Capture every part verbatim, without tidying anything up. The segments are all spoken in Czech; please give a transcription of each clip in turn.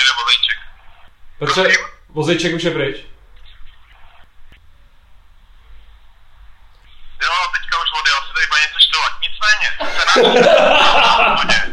jede vozejček. Petře, vozejček už je pryč. Jo, teďka už vody, asi tady bude něco štovat. Nicméně, se nám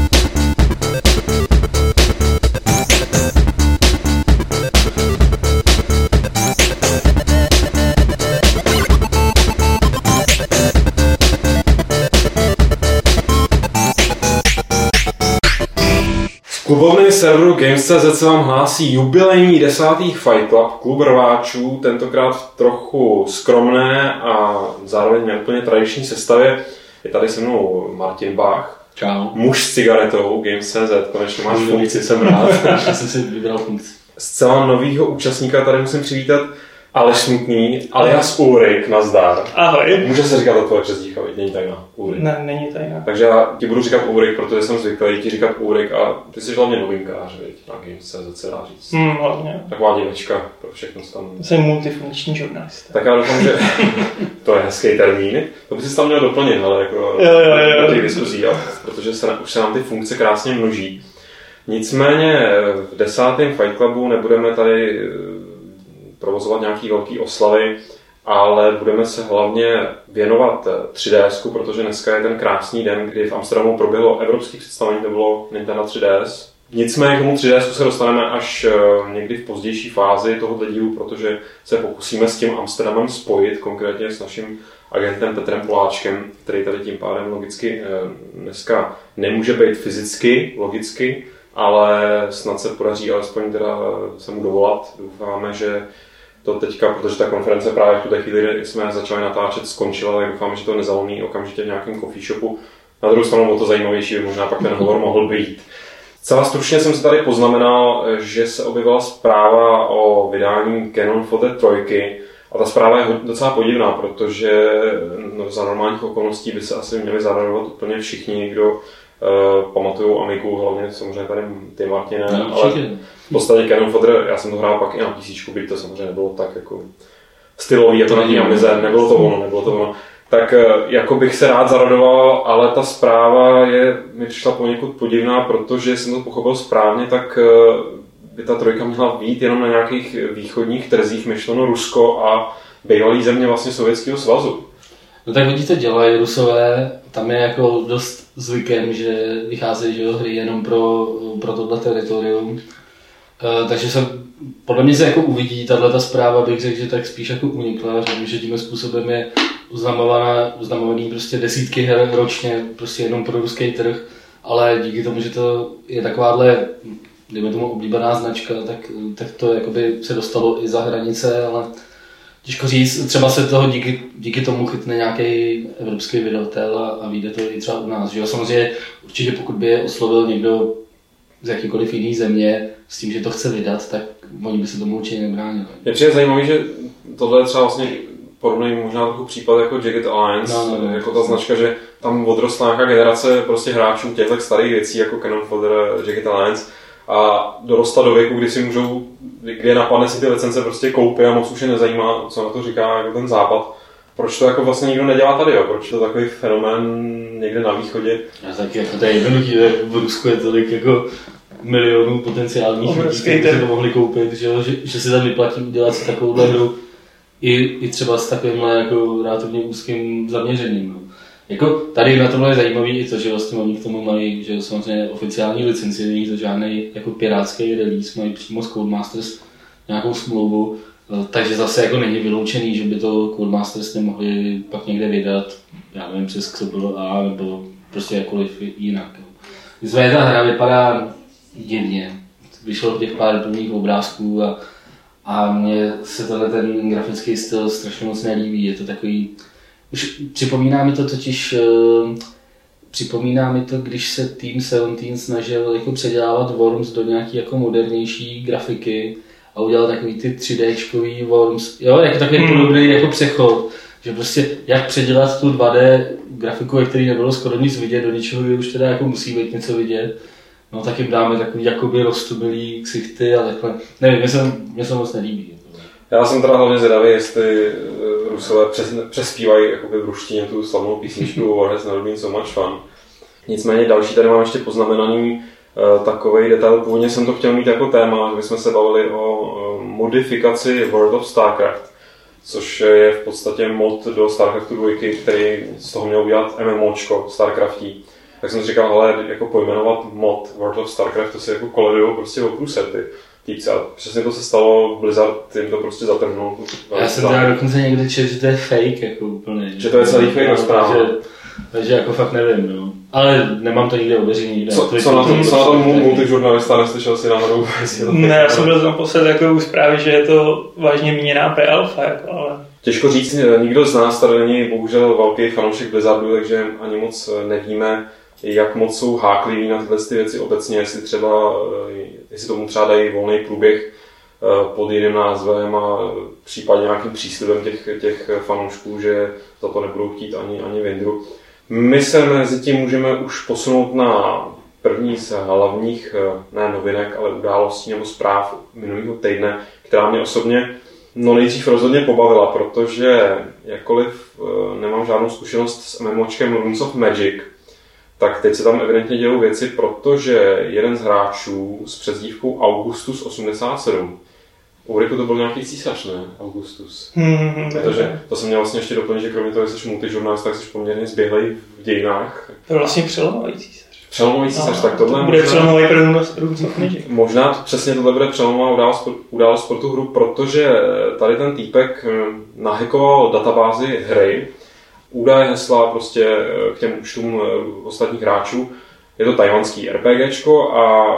Klubovny serveru Games tečka cé zet se vám hlásí jubilejní desátý Fight Club, klub rváčů, tentokrát v trochu skromné a zároveň neúplně tradiční sestavě. Je tady se mnou Martin Bach. Čau. Muž s cigaretou Games tečka cé zet, konečně máš funkci, jsem rád. Konečně jsem si vybral funkci. Zcela novýho účastníka tady musím přivítat Aleš Smutný, alias Ulrik, nazdar. Ahoj. Může se říkat o tvoje přezdívka, není tajná, Ulrik. Ne, není tajná. Takže já ti budu říkat Ulrik, protože jsem zvyklý ti říkat Ulrik a ty jsi hlavně novinkář, viď? Na Games tečka cé zet se dá říct. Hmm, hlavně. Taková děvečka pro všechno tam. Jsem multifunkční žurnalista. Tak já doufám, že to je hezký termín. To by si tam měl doplnit, ale jako jo, jo, jo. do těch diskuzí, jo? Protože se, už se nám ty funkce krásně množí. Nicméně v desátém Fight Clubu nebudeme tady provozovat nějaký velký oslavy, ale budeme se hlavně věnovat tři dé esku, protože dneska je ten krásný den, kdy v Amsterdamu proběhlo evropské představení, to bylo Nintendo tři dé es. Nicméně k tomu tři dé esku se dostaneme až někdy v pozdější fázi tohoto dílu, protože se pokusíme s tím Amsterdamem spojit, konkrétně s naším agentem Petrem Poláčkem, který tady tím pádem logicky dneska nemůže být fyzicky, logicky, ale snad se podaří alespoň teda se mu dovolat. Doufáme, že to teďka, protože ta konference právě v tuto chvíli jsme začali natáčet, skončila, tak doufáme, že to nezalomí okamžitě v nějakém coffee shopu. Na druhou stranu o to zajímavější by možná pak ten hovor mohl být. Celá stručně jsem si tady poznamenal, že se objevila zpráva o vydání Cannon Fodder tři a ta zpráva je docela podivná, protože no, za normálních okolností by se asi měli zaradovat úplně všichni, kdo uh, pamatují Amigu, hlavně samozřejmě tady ty Martine, no, ale v podstatě Cannon Fodder, já jsem to hrál pak i na PCčku, byť to samozřejmě nebylo tak jako stylový, jako na ní Amize, nebylo to ono, nebylo to ono. Tak jako bych se rád zaradoval, ale ta zpráva je, mi přišla poněkud podivná, protože jsem to pochopil správně, tak by ta trojka měla být jenom na nějakých východních trzích, myšleno Rusko a bývalý země vlastně Sovětského svazu. No tak oni to dělají, Rusové, tam je jako dost zvykem, že vycházejí že hry jenom pro, pro tohle teritorium. Uh, takže se, podle mě se jako uvidí, tato zpráva bych řekl, že tak spíš jako unikla, že, že tím způsobem je oznamovaný prostě desítky her ročně, prostě jenom pro ruský trh, ale díky tomu, že to je takováhle, dejme tomu oblíbená značka, tak, tak to jakoby se dostalo i za hranice, ale těžko říct, třeba se toho díky, díky tomu chytne nějaký evropský vydatel a, a vyjde to i třeba u nás. Že jo? Samozřejmě určitě pokud by je oslovil někdo z jakýkoliv jiný země s tím, že to chce vydat, tak oni by se tomu určitě nebránili. Je přijde zajímavý, že tohle je třeba vlastně podobný možná trochu případ jako Jagged Alliance, no, no, no, jako ta značka, že tam odrostla nějaká generace prostě hráčů těchto starých věcí jako Cannon Fodder, Jagged Alliance a dorostla do věku, kdy si můžou, kdy napadne si ty licence prostě koupit a moc už je nezajímá, co na to říká jako ten západ. Proč to jako vlastně nikdo nedělá tady, jo? Proč to takový fenomén někde na východě? Já taky jako to je jednoduchý, v Rusku je tolik jako milionů potenciálních lidí, kteří si to mohli koupit, že, že, že si tam vyplatí udělat si takovouhle hru i, i třeba s takovýmhle jako relativně úzkým zaměřením. No. Jako tady na tomhle je zajímavý i to, že vlastně oni k tomu mají, že samozřejmě oficiální licenci, není to žádný jako pirátský release, mají přímo s Codemasters nějakou smlouvu, takže zase jako není vyloučený, že by to Codemasters nemohli pak někde vydat, já nevím, přes X B A nebo prostě jakkoliv jinak. Nicméně ta hra vypadá divně, vyšlo těch pár prvních obrázků a, a mně se tenhle ten grafický styl strašně moc nelíbí, je to takový, už připomíná mi to totiž, uh, připomíná mi to, když se Team sedmnáct snažil jako předělávat Worms do nějaký jako modernější grafiky a udělal takový ty tři déčkový Worms, jo, jako takový hmm. podobný jako přechod, že prostě jak předělat tu dva dé grafiku, ve který nebylo skoro nic vidět, do něčeho, kde už teda jako musí být něco vidět, no tak jim dáme takový jakoby roztomilý ksichty a takhle, nevím, mě se, mě se moc nelíbí. Já jsem teda hlavně zvědavý, jestli Rusové přes, přespívají jakoby v ruštině tu slavnou písničku War has never been so much fun. Nicméně další tady mám ještě poznamenaný takový detail. Původně jsem to chtěl mít jako téma, že jsme se bavili o modifikaci World of Starcraft, což je v podstatě mod do Starcraftu dva, který z toho měl udělat MMOčko Starcraftí. Tak jsem si říkal, hele, jako pojmenovat mod World of Starcraft, to si jako koledujou prostě o průser ty týpci. A přesně to se stalo, Blizzard jim to prostě zatrhnul. Já jsem teda dokonce někdy četl, že to je fake, jako úplně. Že to je celý fake rozpráva. Takže, takže jako fakt nevím, no. Ale nemám to nikde ověřený nikde. Co, co na tom, co na tom multižurnalista, neslyšel si náhodou? Ne, já jsem byl naposled jako u zprávy, že je to vážně míněná pre-alfa, jako, ale... Těžko říct, nikdo z nás tady není bohužel velký fanoušek Blizzardu, takže ani moc nevíme, jak moc jsou hákliví na tyhle ty věci obecně, jestli třeba, jestli tomu třeba dají volný průběh pod jiným názvem a případně nějakým příslibem těch, těch fanoušků, že za to nebudou chtít ani, ani Windru. My se mezi tím můžeme už posunout na první z hlavních, ne novinek, ale událostí nebo zpráv minulého týdne, která mě osobně no nejdřív rozhodně pobavila, protože jakkoliv nemám žádnou zkušenost s MMOčkem Runes of Magic, tak teď se tam evidentně dělou věci, protože jeden z hráčů s přezdívkou Augustus osmdesát sedm, u Riku to byl nějaký císař, ne? Augustus. Hmm, Protože to jsem měl vlastně ještě doplnit, že kromě toho, že jsi multižurnalista, tak jsi poměrně zběhlej v dějinách. To je vlastně přelomový císař. Přelomový císař, no, tak tohle to bude možná, přelomový pro Runes of Magic. Možná přesně tohle bude přelomová událost, událost pro tu hru, protože tady ten týpek nahackoval databázi hry, údaje, hesla prostě k těm účtům ostatních hráčů. Je to tajvanský RPGčko a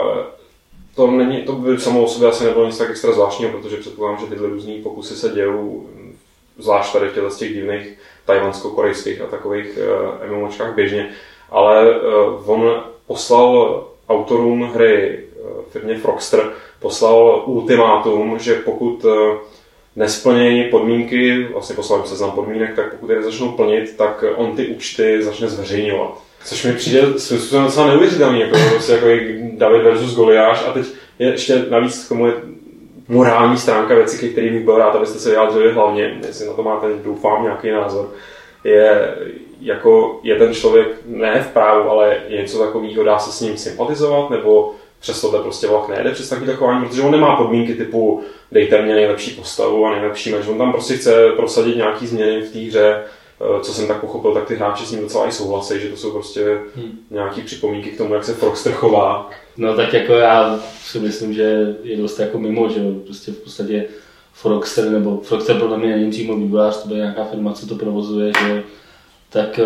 to, není, to by samo o sobě asi nebylo nic tak extra zvláštního, protože předpokládám, že tyhle různý pokusy se dějou, zvlášť tady v těchto těch divných tajvansko-korejských a takových uh, MMOčkách běžně. Ale uh, on poslal autorům hry uh, firmě Frogster, poslal ultimátum, že pokud uh, nesplnějí podmínky, vlastně poslal jim seznam podmínek, tak pokud je začnou plnit, tak on ty účty začne zveřejňovat. Což mi přijde svým způsobem docela neuvěřitelný, jako, prostě jako David versus Goliáš a teď je ještě navíc k tomu je morální stránka věci, který bych byl rád, abyste se vyjádřili hlavně, jestli na to máte, doufám, nějaký názor, je, jako, je ten člověk ne v právu, ale je něco takového, dá se s ním sympatizovat, nebo přes tohle prostě vlak nejde přes takový takování, protože on nemá podmínky typu dejte mě nejlepší postavu a nejlepší meč, on tam prostě chce prosadit nějaký změny v té hře. Co jsem tak pochopil, tak ty hráči s ním docela i souhlasí, že to jsou prostě hmm. nějaký připomínky k tomu, jak se Frogster chová. No tak jako já si myslím, že je dost jako mimo, že prostě v podstatě Frogster, nebo Frogster podle mě není přímo vývojář, to je nějaká firma, co to provozuje, že tak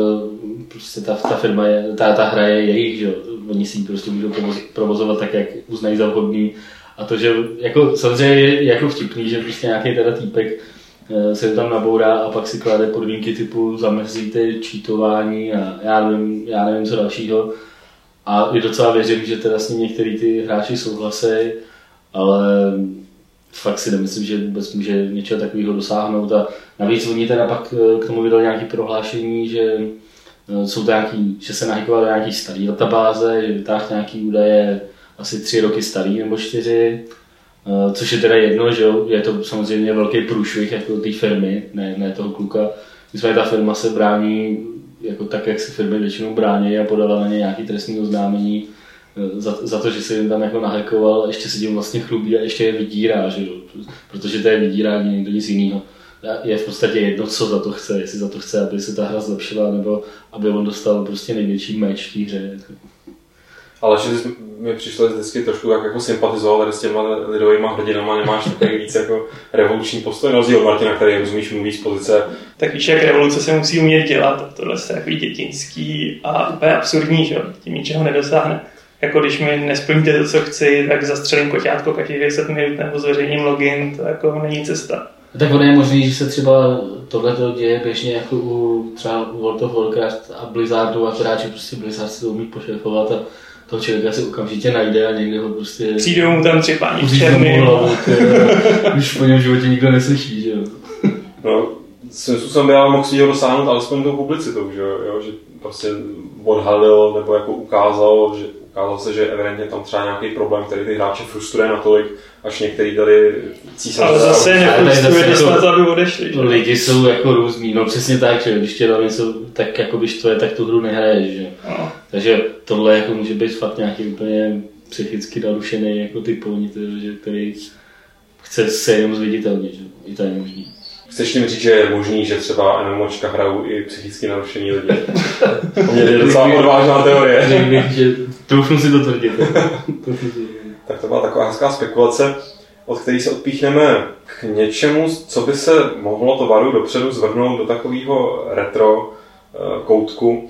prostě ta, ta firma je, ta, ta hra je jejich, že oni si ji prostě můžou provozovat tak, jak uznají za vhodný. A to, že jako samozřejmě je jako vtipný, že prostě nějaký teda týpek se tam nabourá a pak si klade podmínky typu zamezíte čítování a já nevím, já nevím co dalšího. A i docela věřím, že teda s ním některý ty hráči souhlasí, ale fakt si nemyslím, že vůbec může něčeho takového dosáhnout. A navíc oni teda pak k tomu vydali nějaké prohlášení, že jsou to nějaký, že se nahackoval do nějaký starý databáze, že vytáhl nějaký údaje asi tři roky starý nebo čtyři. Což je teda jedno, že jo, je to samozřejmě velký průšvih jako té firmy, ne, ne toho kluka. Nicméně ta firma se brání jako tak, jak se firmy většinou brání a podala na ně nějaký trestní oznámení za, za to, že se jim tam jako nahackoval a ještě se tím vlastně chlubí a ještě je vydírá, že jo, protože to je vydírání, někdo nic jiného. Je v podstatě jedno, co za to chce, jestli za to chce, aby se ta hra zlepšila, nebo aby on dostal prostě největší meč v té hře. Ale že mi přišlo vždycky trošku tak jako sympatizoval tady s těma lidovýma hrdinama, nemáš takový víc jako revoluční postoj, na rozdíl od Martina, který rozumíš, mluví z pozice. Tak víš, jak revoluce se musí umět dělat, a tohle je takový dětinský a úplně absurdní, že tím ničeho nedosáhne. Jako když mi nesplníte to, co chci, tak zastřelím koťátko každých deset minut nebo zveřejním login, to jako není cesta. Tak ono je možný, že se třeba tohleto děje běžně jako u třeba World of Warcraft a Blizzardu, akorát, že prostě Blizzard si to umí pošefovat a toho člověka si okamžitě najde a někde ho prostě... Přijdou mu tam tři páni v černý. Už po něm životě nikdo neslyší, že jo. No, svým způsobem by ale mohl si ho dosáhnout alespoň tou publicitou, že jo, že prostě odhalil nebo jako ukázal, že ukázalo se, že evidentně tam třeba nějaký problém, který ty hráče frustruje natolik, až některý tady císař... Ale zase nefrustruje, že snad aby odešli. Že? Lidi jsou jako různý, no přesně tak, že když tě dali něco tak jako by štve, tak tu hru nehraješ, že? No. Takže tohle jako může být fakt nějaký úplně psychicky narušený jako typovní, že, který chce se jenom zviditelnit, že? I to je možný. Chceš tím říct, že je možný, že třeba MMOčka hrajou i psychicky narušený lidi? To mě je docela odvážná teorie. Řekl bych, že troufnu si to tvrdit. Tak to byla taková hezká spekulace, od které se odpíchneme k něčemu, co by se mohlo tovaru dopředu zvrhnout do takového retro koutku,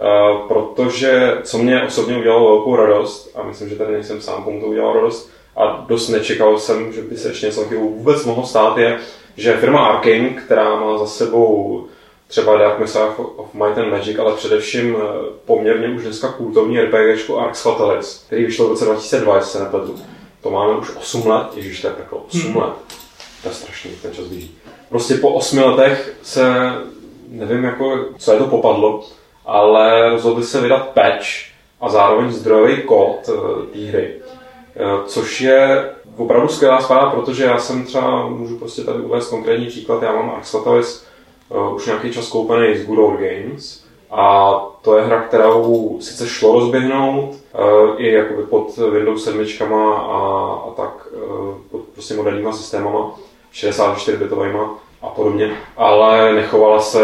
protože co mě osobně udělalo velkou radost, a myslím, že tady nejsem sám, komu to udělalo radost, a dost nečekal jsem, že by se ještě něco takového vůbec mohlo stát, je, že firma Arkane, která má za sebou třeba Dark Messiah of Might and Magic, ale především poměrně už dneska kultovní RPGčko Arx Fatalis, který vyšlo v roce dva tisíce dva, jestli se nepletu. To máme už osm let, ježiš, to je peklo, osm let. To je strašný, ten čas běží. Prostě po osmi letech se, nevím jako, co je to popadlo, ale rozhodli se vydat patch a zároveň zdrojový kód té hry. Což je opravdu skvělá zpráva, protože já jsem třeba, můžu prostě tady uvést konkrétní příklad, já mám Arx Fatalis uh, už nějaký čas koupený z Good Old Games a to je hra, kterou sice šlo rozběhnout uh, i jakoby pod Windows sedm a, a tak uh, pod prostě moderníma systémama, šedesát čtyři bitovejma a podobně, ale nechovala se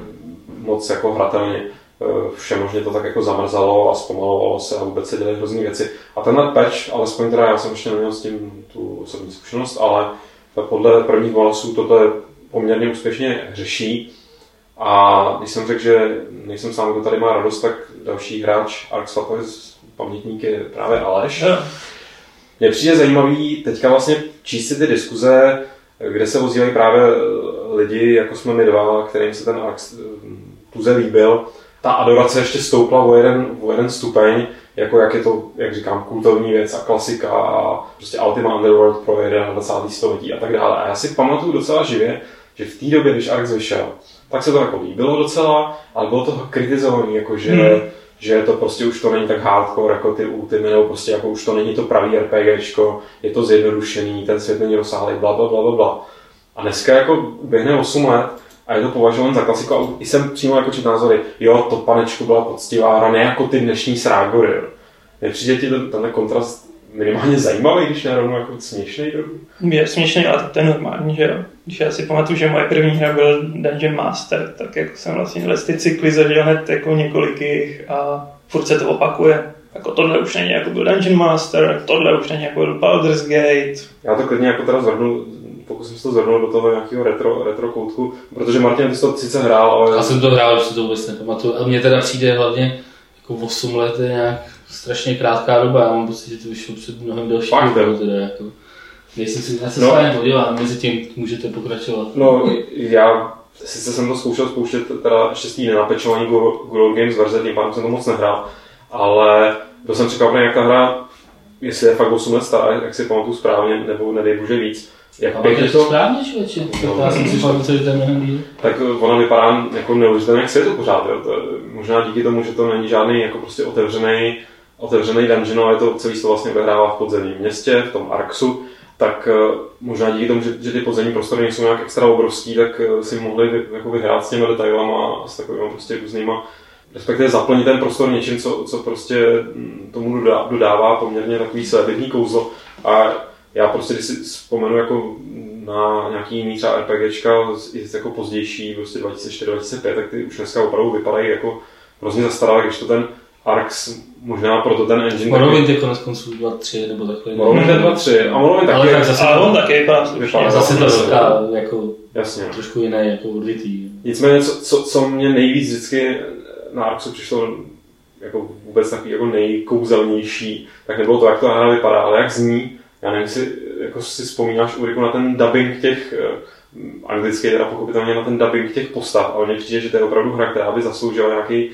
moc jako hratelně. Vše možně to tak jako zamrzalo a zpomalovalo se a vůbec se dělaly hrozný věci. A tenhle patch, alespoň teda já jsem ještě neměl s tím tu osobní zkušenost, ale podle prvních hlasů toto je poměrně úspěšně řeší. A když jsem řekl, že nejsem sám, kdo tady má radost, tak další hráč Arx Fatalis pamětník je právě Aleš. Mně přijde zajímavý teďka vlastně číst si ty diskuze, kde se ozývají právě lidi, jako jsme my dva, kterým se ten Arx tuze líbil. Ta adorace ještě stoupla o jeden, o jeden stupeň, jako jak je to, jak říkám, kultovní věc a klasika a prostě Ultima Underworld pro dvacátého prvního století a tak dále. A já si pamatuju docela živě, že v té době, když Arx vyšel, tak se to jako líbilo docela, ale bylo to kritizované, jako že, hmm. že to prostě už to není tak hardcore jako ty Ultimy, nebo prostě jako už to není to pravý RPGčko, je to zjednodušený, ten svět není rozsáhlý, bla bla bla bla. A dneska jako běhne osm let, a je to považován za klasiku a i jsem přímo jako čet názory, jo, to panečku byla poctivá hra, ne jako ty dnešní srágory. Nepřijde ti ten, tenhle kontrast minimálně zajímavý, když ne rovnou jako směšnej trochu? Je směšný, ale to je normální, že jo. Když já si pamatuju, že moje první hra byl Dungeon Master, tak jako jsem vlastně ty cykly zažil hned jako několikých a furt se to opakuje. Jako tohle už není jako byl Dungeon Master, tohle už není jako byl Baldur's Gate. Já to klidně jako teda zvrhnu, pokusím se to zvrhnout do toho nějakého retro, retro koutku, protože Martin, ty jsi to sice hrál, ale... Já jsem to hrál, už si to vůbec nepamatuju. A mně teda přijde hlavně jako osm let je nějak strašně krátká doba. Já mám pocit, že to vyšlo před mnohem delší dobou. Teda jako... Nejsem si, já se no. s vámi podívám, mezi tím můžete pokračovat. No, já sice jsem to zkoušel spouštět teda ještě z té nenapečovaní Good Old Games verze, tím pádem jsem to moc nehrál, ale byl jsem překvapený, jak ta hra, jestli je fakt osm let stará, jak si pamatuju správně, nebo nedej bože víc. Jak pěkně to správně, člověče. No, já jsem si pamatuju, že to je mnohem díl. Tak ona vypadá jako neuvěřitelně jak světu pořád. Jo. To, možná díky tomu, že to není žádný jako prostě otevřený, otevřený dungeon, ale to celý to vlastně odehrává v podzemním městě, v tom Arxu. Tak možná díky tomu, že, že ty podzemní prostory nejsou nějak extra obrovský, tak si mohli jako vyhrát s těmi detailama a s takovými prostě různýma, respektive zaplnit ten prostor něčím, co, co prostě tomu dodává poměrně takový svébytný kouzlo. A já prostě, když si vzpomenu jako na nějaký jiný třeba RPGčka jako pozdější, prostě dva tisíce čtyři dva tisíce pět, tak ty už dneska opravdu vypadají jako hrozně zastaralé, když to ten Arx, možná proto ten engine... Morrowind je konec konců dva tři nebo takhle. Morrowind je dva tři a Morrowind taky... Ale tak zase ale on taky vypadá slušně. Zase to vypadá jako jasně. Trošku jiné, jako odvitý. Nicméně, co, co, co mě nejvíc vždycky na Arxu přišlo jako vůbec takový jako nejkouzelnější, tak nebylo to, jak to hra vypadá, ale jak zní. Já nevím, jestli jako si vzpomínáš, Ulriku, na ten dubbing těch, anglicky teda pochopitelně na ten dubbing těch postav, ale mně přijde, že to je opravdu hra, která by zasloužila nějaký,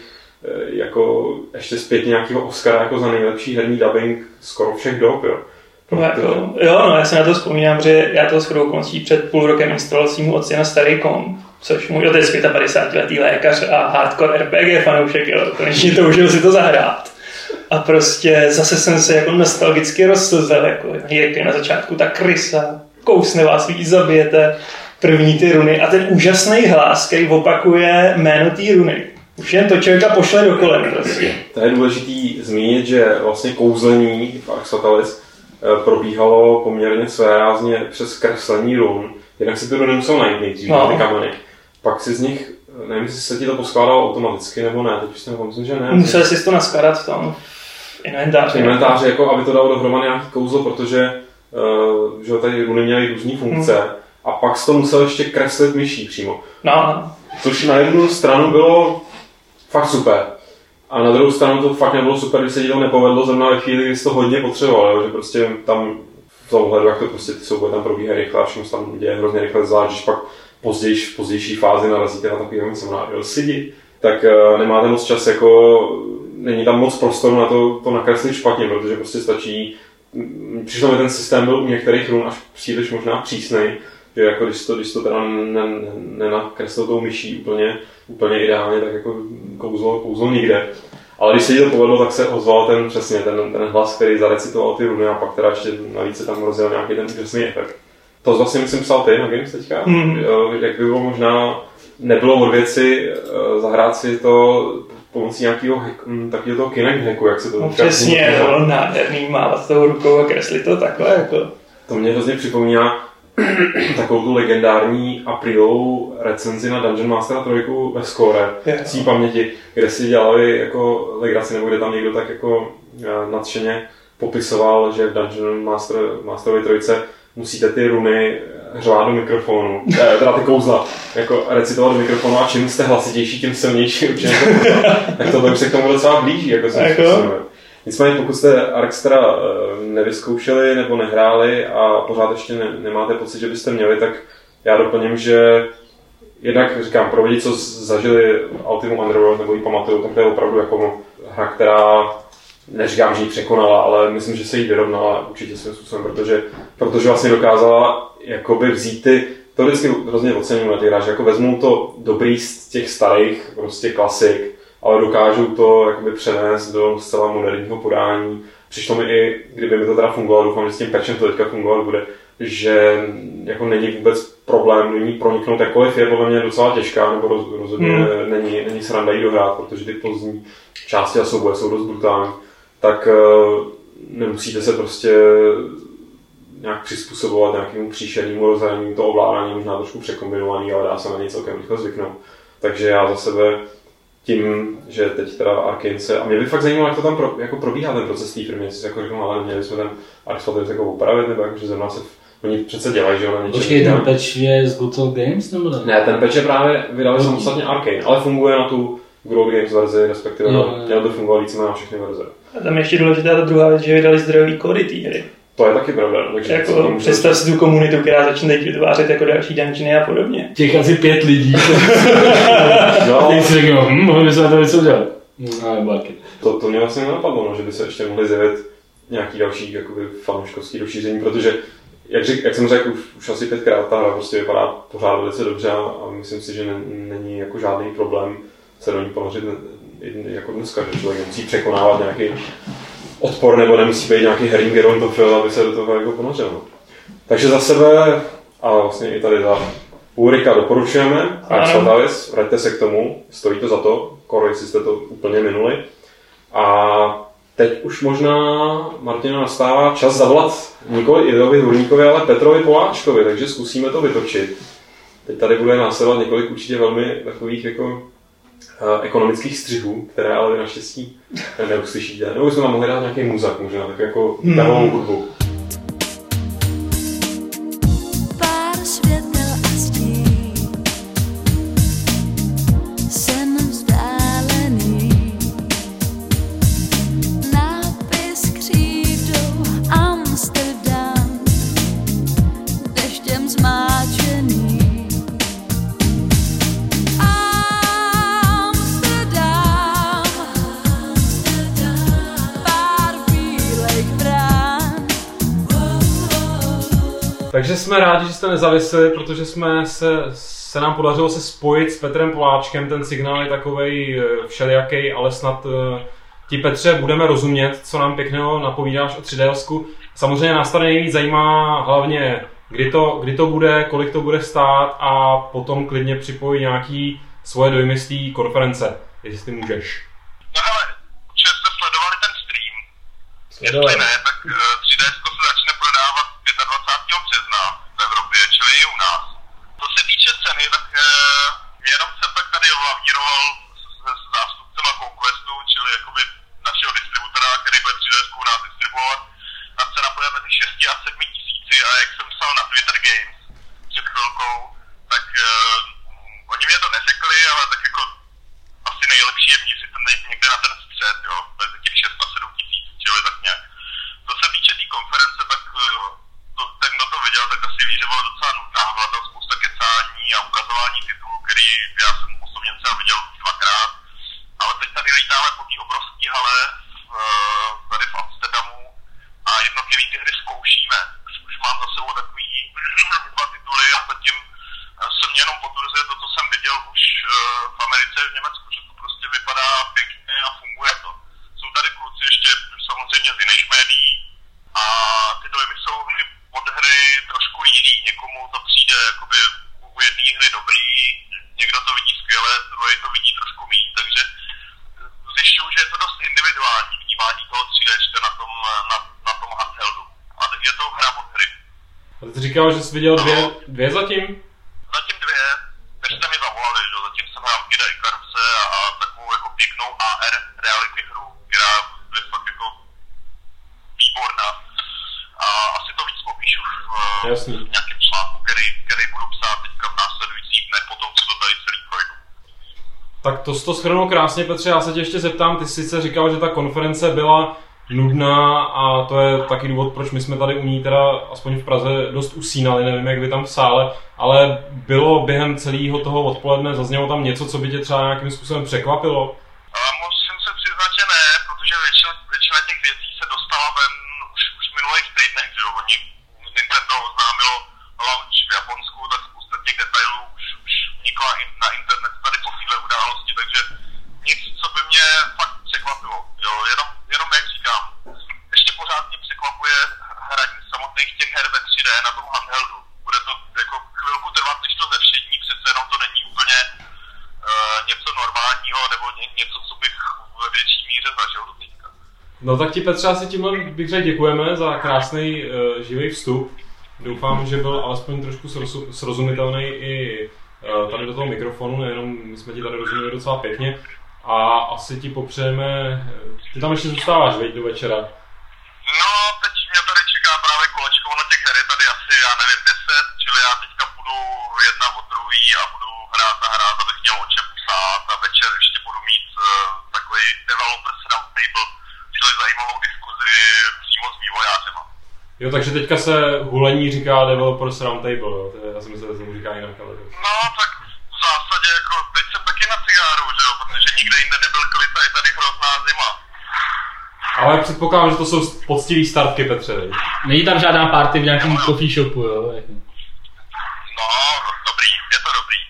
jako ještě zpětně nějakého Oscara jako za nejlepší herní dubbing skoro všech dob, jo. No, jako, jo, no já si na to vzpomínám, že já to shodou okolností před půl rokem instaloval svýmu otci na starý kom, což můj otec pětapadesátiletý lékař a hardcore R P G fanoušek, jo, konečně to užil si to zahrát. a prostě zase jsem se jako nostalgicky rozslzel, jako jak je na začátku ta krysa, kousne vás, vy ji zabijete, první ty runy a ten úžasný hlas, který opakuje jméno té runy. Už jen to člověka pošle do kolen prostě. To je důležitý zmínit, že vlastně kouzlení v Arx Fatalis probíhalo poměrně svérázně přes kreslení run. Jednak si ty runy musel najít nejdřív, no. ty kameny. Pak si z nich, nevím, jestli se ti to poskládalo automaticky nebo ne, teď už jsem myslím, že ne. Musel jsi to naskládat v tom inventáři. V inventáři, jako aby to dalo dohromady nějaký kouzlo, protože uh, že tady runy měly různé funkce hmm. a pak jsi to musel ještě kreslit myší přímo. No. Což na jednu stranu bylo fakt super. A na druhou stranu to fakt nebylo super, když se ti to nepovedlo zrovna ve chvíli, kdy jsi to hodně potřeboval, že prostě tam v tom ohledu, jak to prostě ty souboje tam probíhají rychle a všechno se tam děje hrozně rychle, zvlášť když pak později, v pozdější fázi narazíte na takový lidi, tak uh, nemáte moc čas, jako není tam moc prostoru na to, to nakreslit špatně, protože prostě stačí, přišlo mi ten systém byl u některých run až příliš možná přísnej, že jako když to, když to teda nenakreslil tou myší úplně, úplně ideálně, tak jako kouzlo, kouzlo nikde. Ale když se jí to povedlo, tak se ozval ten přesně ten, ten hlas, který zarecitoval ty runy a pak teda ještě navíc se tam rozjel nějaký ten úžasný efekt. To vlastně myslím psal ty na Games teďka, mm. jak by bylo možná, nebylo od věci zahrát si to pomocí nějakého takového toho Kinect hacku, jak se to... No přesně, to bylo nádherný mávat tou rukou a kreslit to takhle jako... To mě hrozně připomíná takovou tu legendární Aprilovou recenzi na Dungeon Mastera tři ve Score, v té paměti, kde si dělali jako legraci, nebo kde tam někdo tak jako nadšeně popisoval, že v Dungeon Master, Masterovi trojce musíte ty runy řvát do mikrofonu, teda ty kouzla, jako recitovat do mikrofonu a čím jste hlasitější, tím silnější určitě. Tak tohle už se k tomu docela blíží, jako se způsobuje. Nicméně pokud jste Arx teda nevyzkoušeli nebo nehráli a pořád ještě ne, nemáte pocit, že byste měli, tak já doplním, že jednak říkám, pro lidi, co zažili Ultima Underworld nebo ji pamatujou, tak to je opravdu jako hra, která neříkám, že ji překonala, ale myslím, že se jí vyrovnala určitě svým způsobem, protože, protože vlastně dokázala jakoby vzít ty, to vždycky hrozně ocením na ty hráči, jako vezmou to dobrý z těch starých prostě klasik, ale dokážou to jakoby přenést do zcela moderního podání. Přišlo mi i, kdyby mi to teda fungovalo, doufám, že s tím patchem to teďka fungovat bude, že jako není vůbec problém do ní proniknout, jakkoliv je podle mě docela těžká, nebo roz, rozhodně hmm. není, není sranda jí dohrát, protože ty pozdní části a souboje jsou dost brutální, tak uh, nemusíte se prostě nějak přizpůsobovat nějakému příšernému rozhraní, to ovládání možná trošku překombinovaný, ale dá se na něj celkem rychle zvyknout. Takže já za sebe tím, že teď teda Arkane se, a mě by fakt zajímalo, jak to tam pro, jako probíhá ten proces té firmy, jestli jako řeknu, ale měli jsme ten Arx Fatalis jako upravit, nebo jako, že zrovna se, oni přece dělají, že ona něčem... Počkej, ten patch je z Good Old Games, nebo ne? Ne, ten patch je právě vydali samostatně Arkane, ale funguje na tu Good Old Games verzi, respektive no, no, měl by fungovat víceméně na všechny verze. A tam ještě důležitá ta druhá věc, že vydali zdrojový kódy té hry. To je taky pravda. Takže jako představ si tu komunitu, která začne teď vytvářet jako další dungeony a podobně. Těch asi pět lidí. No. Teď si řekl, hm, mohli by se na to něco dělat. No, to, to mě vlastně nenapadlo, no, že by se ještě mohli zjevit nějaký další jakoby, fanouškovský rozšíření, protože jak, řek, jak jsem řekl už, už asi pětkrát, ta hra prostě vypadá pořád velice dobře a myslím si, že ne, není jako žádný problém se do ní ponořit jako dneska, že člověk musí překonávat nějaký odpor nebo nemusí být nějaký herní gerontofil, aby se do toho jako ponořil. Takže za sebe a vlastně i tady za Ulrika doporučujeme Arx Fatalis, vraťte se k tomu, stojí to za to, koro, jestli jste to úplně minuli. A teď už možná, Martina, nastává čas zavolat nikoli Idovi Hurníkovi, ale Petrovi Poláčkovi, takže zkusíme to vytočit. Teď tady bude následovat několik určitě velmi takových jako ekonomických střihů, které ale naštěstí neuslyšíte. Nebo bychom tam mohli dát nějaký muzak, možná tak jako kytarovou hudbu. Takže jsme rádi, že jste nezavisli, protože jsme se, se nám podařilo se spojit s Petrem Poláčkem. Ten signál je takovej všelijaký, ale snad ti, Petře, budeme rozumět, co nám pěkného napovídáš o tři D esku. Samozřejmě nás tady nejvíc zajímá hlavně, kdy to, kdy to bude, kolik to bude stát a potom klidně připojit nějaký svoje dojmy z té konference, jestli můžeš. No hele, určitě jste sledovali ten stream. Sledovali. Jestli ne, tak tři D esko se začne prodávat dvacátého pátého března v Evropě, čili i u nás. Co se týče ceny, tak uh, jenom jsem tak tady lavíroval s zástupcema Conquestu, čili jakoby našeho distributora, který bude tři D esku u nás distribuovat. Ta cena bude mezi šesti a sedmi tisíci a jak jsem psal na Twitter Games před chvilkou, tak uh, oni mě to neřekli, ale tak jako asi nejlepší je měřit někde na ten střed, jo, mezi těch šest a sedm tisíc, čili tak nějak. Co se týče té konference, tak to, ten, kdo to viděl, tak asi ví, že byla docela nudná, byla tam spousta kecání a ukazování titulů, který já jsem osobně třeba viděl dvakrát, ale teď tady lítáme po té obrovské hale tady v Amsterdamu a jednotlivý ty hry zkoušíme. Už, už mám za sebou takový dva tituly a zatím se mě jenom potvrzuje to, co jsem viděl už v Americe a v Německu, že to prostě vypadá pěkně a funguje to. Jsou tady kluci ještě samozřejmě z jiných médií a ty dojmy jsou od hry trošku jiný. Někomu to přijde jakoby u jedné hry dobrý, někdo to vidí skvěle, druhý to vidí trošku méně, takže zjišťuju, že je to dost individuální vnímání toho tři D na tom, na, na tom handheldu. A je to hra od hry. A ty jsi říkal, že jsi viděl dvě, dvě zatím? Zatím dvě, než jste mi zavolali, že zatím jsem hrál Kida Icaruse a, a takovou jako pěknou A R reality hru, která je fakt jako výborná. A asi to víc popíšu v, v nějakém článku, který, který budu psát teďka v následujících dnech po tom, co to tady celý projdu. Tak to jsi to shrnul krásně, Petře, já se tě ještě zeptám, ty jsi sice říkal, že ta konference byla nudná a to je taky důvod, proč my jsme tady u ní teda aspoň v Praze dost usínali, nevím jak vy tam v sále, ale bylo během celého toho odpoledne, zaznělo tam něco, co by tě třeba nějakým způsobem překvapilo? A musím se přiznat, že ne, protože většina, většina těch věcí se dostala ven už, už v minulých týdnech, že jo, oni Nintendo oznámilo launch v Japonsku, tak spousta těch detailů už, už vnikla na internet tady po téhle události, takže nic, co by mě fakt překvapilo, jo, jenom, jenom jak říkám, ještě pořád mě překvapuje hraní samotných těch her ve tři D na tom handheldu. Bude to jako chvilku trvat, než to zevšední, přece jenom to není úplně uh, něco normálního nebo ně, něco, co bych v větší míře zažil do teďka. No tak ti, Petře, asi tímhle bych řekl děkujeme za krásný uh, živý vstup. Doufám, že byl alespoň trošku srozumitelný i uh, tady do toho mikrofonu, nejenom my jsme ti tady rozuměli docela pěkně. A asi ti popřejeme, ty tam ještě zůstáváš, veď, do večera. No, teď mě tady čeká právě kolečko, ono těch her je tady asi, já nevím, deset, čili já teďka budu jedna od druhý a budu hrát a hrát, abych měl o čem psát a večer ještě budu mít uh, takový developers roundtable, čili zajímavou diskuzi přímo s vývojářema. Jo, takže teďka se hulení říká developers roundtable, jo, já si myslím, že se mu říká jinak, ale... No, tak v zásadě jako, teď jsem taky na cigáru, že jo, protože nikde jinde nebyl klid a je tady hrozná zima. Ale předpokládám, že to jsou poctivý startky, Petře, veď? Není tam žádná party v nějakém coffee shopu, jo? No, dobrý, je to dobrý.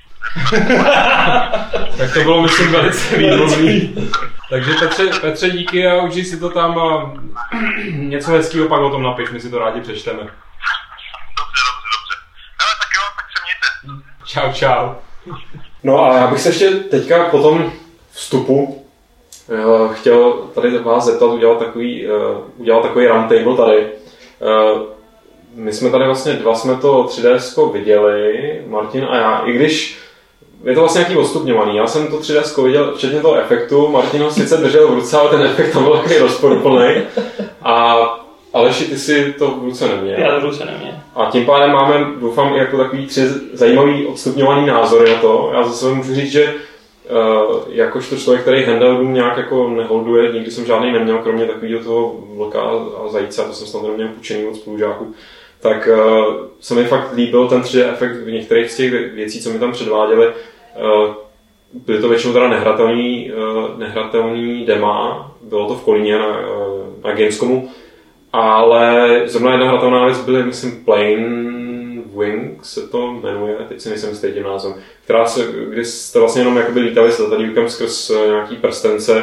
Tak to bylo, myslím, velice výborný. Takže Petře, Petře, díky a užij si to tam a něco hezkýho pak o tom napiš, my si to rádi přečteme. Dobře, dobře, dobře. No, tak jo, tak se mějte. Čau, čau. No a já bych se ještě teďka po tom vstupu uh, chtěl tady vás zeptat, udělat takový, uh, udělat takový roundtable tady. Uh, my jsme tady vlastně dva jsme to tři D esko viděli, Martin a já, i když je to vlastně nějaký odstupňovaný. Já jsem to tři D esko viděl, včetně toho efektu, Martin ho sice držel v ruce, ale ten efekt tam byl takový rozporuplný. A Aleši, ty si to v ruce neměl. Já to v ruce neměl. A tím pádem máme, doufám, jako takový tři zajímavý odstupňovaný názory na to. Já zase můžu říct, že uh, jakožto člověk, který handheldům nějak jako neholduje, nikdy jsem žádný neměl, kromě takového toho vlka a zajíce, a to jsem snad neměl půjčený od spolužáků, tak uh, se mi fakt líbil ten tři D efekt v některých z těch věcí, co mi tam předváděli. Uh, byly to většinou teda nehratelný, uh, nehratelný dema, bylo to v Kolíně na, uh, na Gamescomu, ale zrovna jedna hratelná věc byly, myslím, Plane Wing se to jmenuje, teď si nejsem jistý tím názvem, která se, kdy jste vlastně jenom jakoby lítali s letadýlkem skrz nějaký prstence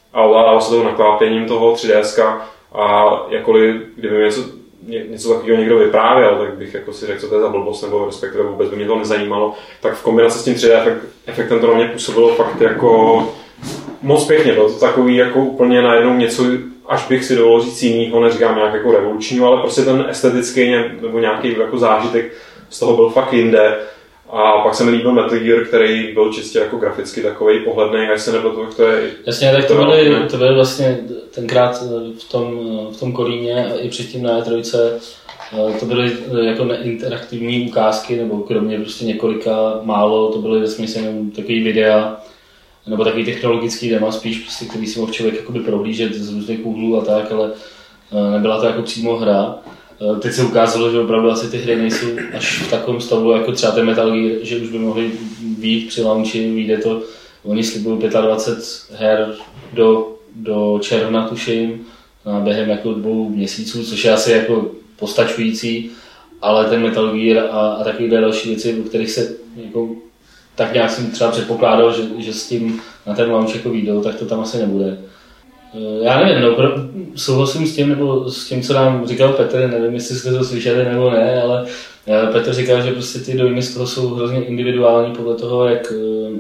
a ovládalo se to naklápěním toho tři dé eska a jakkoliv, kdyby mi něco, něco takového někdo vyprávěl, tak bych jako si řekl, co to je za blbost, nebo respektive vůbec by mě to nezajímalo, tak v kombinaci s tím tři dé efekt, efektem to na mě působilo fakt jako moc pěkně, bylo to takový jako úplně najednou něco, až bych si dovolil říct jinýho, neříkám nějak jako revolučního, ale prostě ten estetický nebo nějaký jako zážitek z toho byl fakt jinde. A pak se mi líbil Metal Gear, který byl čistě jako graficky takovej pohlednej, až se nebyl to, to je... Jasně, tak to byly, to byly vlastně tenkrát v tom, v tom Kolíně a i předtím na E tři, to byly jako interaktivní ukázky, nebo kromě prostě několika málo, to byly vlastně jenom takový videa, nebo takový technologický demo spíš, prostě, který si mohl člověk jakoby prohlížet z různých úhlů a tak, ale nebyla to jako přímo hra. Teď se ukázalo, že opravdu asi ty hry nejsou až v takovém stavu, jako třeba ten Metal Gear, že už by mohly být při launchi, vyjde to, oni slibují dvacet pět her do, do června, tuším, během jako dvou měsíců, což je asi jako postačující, ale ten Metal Gear a, a takovéhle další věci, o kterých se jako, tak nějak jsem třeba předpokládal, že, že s tím na ten launch jako vyjdou, tak to tam asi nebude. Já nevím, no, souhlasím s tím, nebo s tím, co nám říkal Petr, nevím, jestli jste to slyšeli nebo ne, ale Petr říkal, že prostě ty dojmy z toho jsou hrozně individuální podle toho, jak,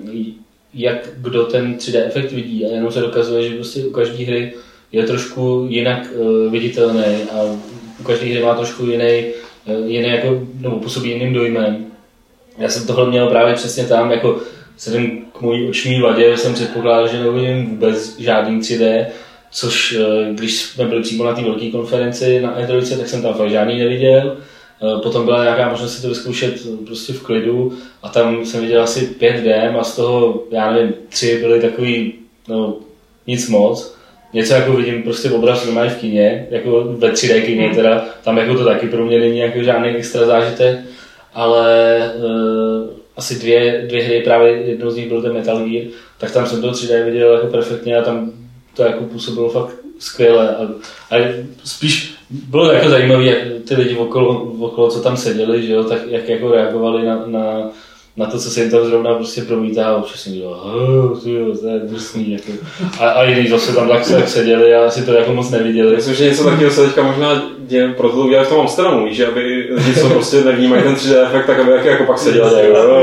jak kdo ten tři dé efekt vidí, a jenom se dokazuje, že prostě u každé hry je trošku jinak viditelný a u každé hry má trošku jiný, jiný jako, nebo působí jiným dojmem. Já jsem tohle měl právě přesně tam, jako vzhledem k mojí oční vadě jsem předpokládal, že neuvidím vůbec žádný tři dé, což když jsme byli přímo na té velké konferenci na E tři, tak jsem tam fakt žádný neviděl. Potom byla nějaká možnost si to vyzkoušet prostě v klidu a tam jsem viděl asi pět dém a z toho, já nevím, tři byly takový, no nic moc. Něco jako vidím prostě obraz normálně v kině, jako ve tři dé kině teda, tam jako to taky pro mě není jako žádný extra zážitek, ale asi dvě, dvě hry, právě jednou z nich byl ten Metal Gear, tak tam jsem to tři dé viděl jako perfektně a tam to jako působilo fakt skvěle. A, a spíš bylo to jako zajímavé, jak ty lidi okolo, okolo, co tam seděli, že jo, tak jak jako reagovali na, na, na to, co se jim tam zrovna prostě promítá a občas jsem dělal, to je drsný. Jako. A, a jiný zase tam tak se seděli a asi to jako moc neviděli. Myslím, že něco takového se teďka možná děje, proto to udělali v tom Amsterdamu, víš, že aby lidi, co prostě nevnímají ten tři dé efekt, tak aby jako, jako pak seděli.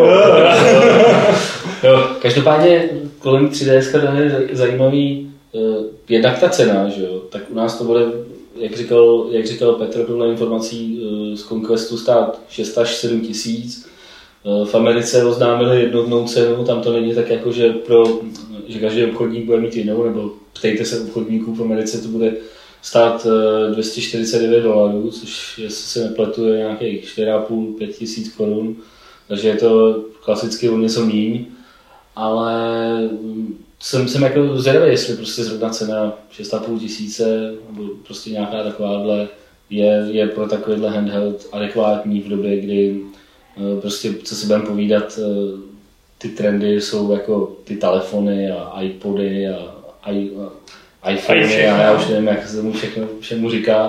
Jo, každopádně kolem tři dé je zajímavý jednak ta cena, že jo, tak u nás to bude, jak říkal, jak říkal Petr, podle informací z Conquestu stát šest až sedm tisíc. V Americe oznámili jednotnou cenu, tam to není tak jako, že, pro, že každý obchodník bude mít jinou, nebo ptejte se obchodníků, v Americe to bude stát dvě stě čtyřicet devět dolarů, což jestli se nepletu je nějakých čtyři a půl až pět tisíc korun, takže je to klasicky o něco míň, ale jsem, jsem jako zvědavý, jestli prostě zrovna cena šest a půl tisíce nebo prostě nějaká takováhle je, je pro takovýhle handheld adekvátní v době, kdy prostě, co si budeme povídat, ty trendy jsou jako ty telefony a iPody a, i, a iPhony a já už nevím, jak se mu všechno, všemu říká.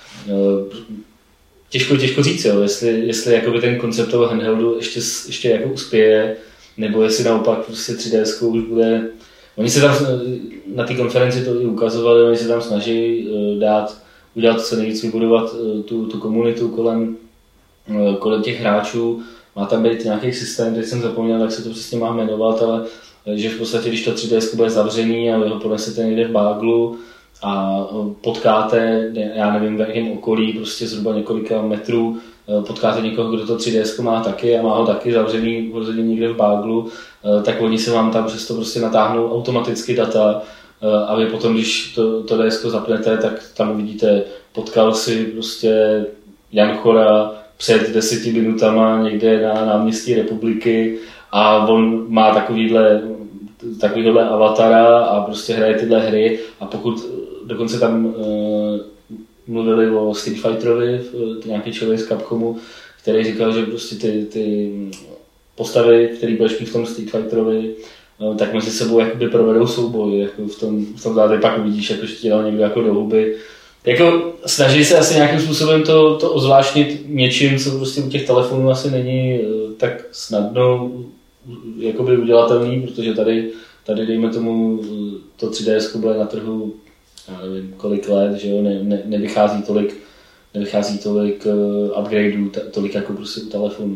Těžko, těžko říct, jo, jestli, jestli jakoby ten koncept toho handheldu ještě, ještě jako uspěje, nebo jestli naopak prostě tři dé už bude. Oni se tam na té konferenci to i ukazovali, oni se tam snaží dát, udělat co nejvíc, vybudovat tu, tu komunitu kolem, kolem těch hráčů. Má tam být nějaký systém, teď jsem zapomněl, jak se to přesně má jmenovat, ale že v podstatě, když to tři dé bude zavřený a vy ho ponesete někde v báglu a potkáte, já nevím v jakém okolí, prostě zhruba několika metrů, potkáte někoho, kdo to tři dé má taky a má ho taky zavřený někde v báglu, tak oni se vám tam přesto prostě natáhnou automaticky data a vy potom, když to, to dé zapnete, tak tam uvidíte, potkal si prostě Jan Chora před deseti minutama někde na náměstí Republiky a on má takovýhle, takovýhle avatara a prostě hraje tyhle hry a pokud dokonce tam uh, mluvili o Street Fighterovi, nějaký člověk z Capcomu, který říkal, že prostě ty, ty postavy, které budeš mít v tom Street Fighterovi, uh, tak mezi sebou jakoby provedou souboj, jako v tom, v tom záde pak uvidíš, jako, že ti dal někdo jako do huby. Jako snaží se asi nějakým způsobem to, to ozvláštnit něčím, co prostě u těch telefonů asi není tak snadno jakoby udělatelný, protože tady tady dejme tomu, to tři D S bude na trhu, já nevím, kolik let, že jo, ne, ne, nevychází tolik, nevychází tolik uh, upgradeů, t- tolik jako prostě u telefonu.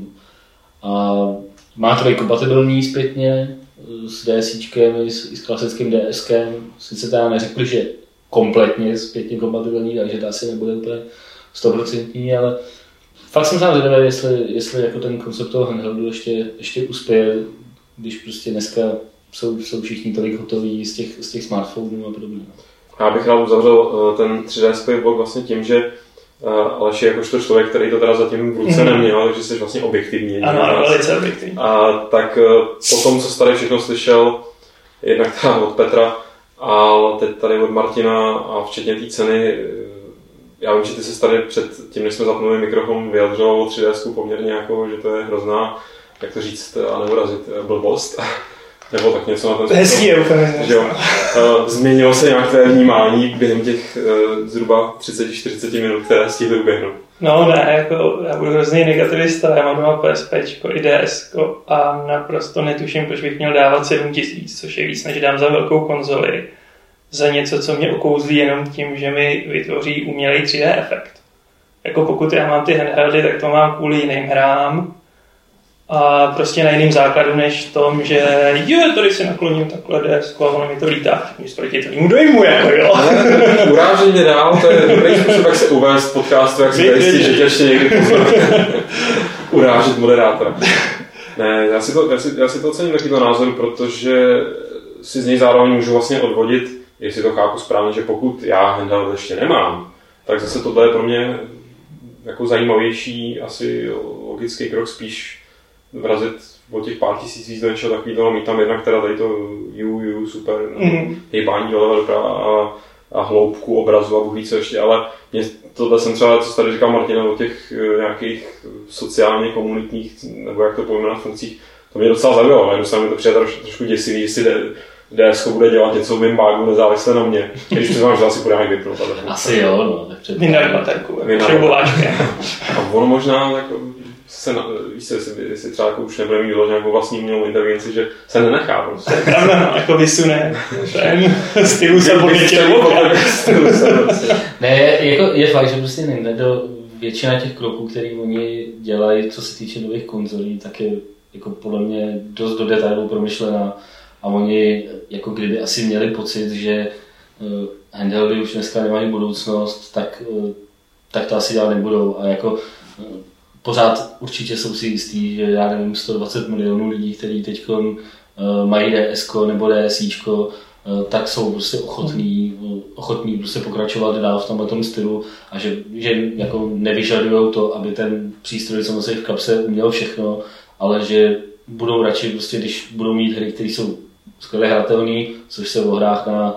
A má to být kompatibilní zpětně s DSíčkem i s, i s klasickým DSkem. Sice teda neřekli, že kompletně zpětně kompatibilní, takže to asi nebude úplně sto procent, ale fakt jsem sám zvědavý, jestli, jestli jako ten koncept toho handheldu ještě, ještě uspěje, když prostě dneska jsou, jsou všichni tolik hotoví z těch, z těch smartphonů a podobně. Já bych rád uzavřel ten tři D S blog vlastně tím, že Aleš je jakožto člověk, který to teda zatím v ruce mm. neměl, takže jsi vlastně objektivní. Ano, velice objektivní. A tak po tom, co jsi tady všechno slyšel, jednak teda od Petra, ale teď tady od Martina a včetně té ceny, já vím, že ty jsi tady před tím, než jsme zapnuli mikrofon, vyjadřoval o tři D S poměrně jako, že to je hrozná, jak to říct a neurazit, blbost. Nebo tak něco na ten hezký je úplně. Změnilo se nějak tvé vnímání během těch uh, zhruba třicet až čtyřicet minut, které stihly uběhnout? No ne, jako já budu hrozný negativista, já mám doma PSPčko i DSko a naprosto netuším, proč bych měl dávat sedm tisíc, což je víc, než dám za velkou konzoli, za něco, co mě okouzlí jenom tím, že mi vytvoří umělej tři D efekt. Jako pokud já mám ty handheldy, tak to mám kvůli jiným hrám, a prostě na jiným základu, než tom, že jo, tady si nakloním takhle desku a ono mi to lítá. Nic proti tomu dojmu, jako jo. Urážej mě dál, to je dobrý způsob, jak se uvést v podcastu, jak si zajistit, že tě ještě někdy pozná. Urážet moderátora. Ne, já si to, já si, já si to ocením takovýto názoru, protože si z něj zároveň můžu vlastně odvodit, jestli to chápu správně, že pokud já handheld ještě nemám, tak zase tohle je pro mě jako zajímavější, asi logický krok spíš vrazit o těch pár tisíc víc do něčeho takového, mít tam jednak teda tady to ju, ju, super, mm. hejbání doleva doprava a, a hloubku obrazu a buhlí co ještě, ale mě tohle jsem třeba, co tady říkal Martina, o těch nějakých sociálně komunitních, nebo jak to pojmenovat funkcích, to mě docela zajímalo, jenom se mi to přijde troš, trošku děsivý, jestli DSko bude dělat něco v mým bágu nezávisle na mě, když přiznám, že asi půjde nějak vypnout. Asi jo, no, tak před... Vyndaj baterku, šroubováčkem. A ono možná jako se, víš se, jestli, jestli třeba jako už nebude mít vyloženou nějakou vlastní umělou inteligenci, že se nenechá prostě. To je pravda, no, jako vysune ten stylu se podnětěl. Ne, jako je fakt, že prostě nejde do většina těch kroků, které oni dělají, co se týče nových konzolí, tak je jako podle mě dost do detailů promyšlená a oni jako kdyby asi měli pocit, že uh, handheldy už dneska nemají budoucnost, tak, uh, tak to asi dělat nebudou a jako uh, pořád určitě jsou si jistý, že já nevím, sto dvacet milionů lidí, kteří teď uh, mají DSko nebo DSíčko, uh, tak jsou prostě ochotní, uh, ochotní prostě pokračovat dál v tomhle tom stylu a že, že jako nevyžadují to, aby ten přístroj, co nosí v kapse, uměl všechno, ale že budou radši, prostě, když budou mít hry, které jsou skvěle hratelné, což se o hrách na,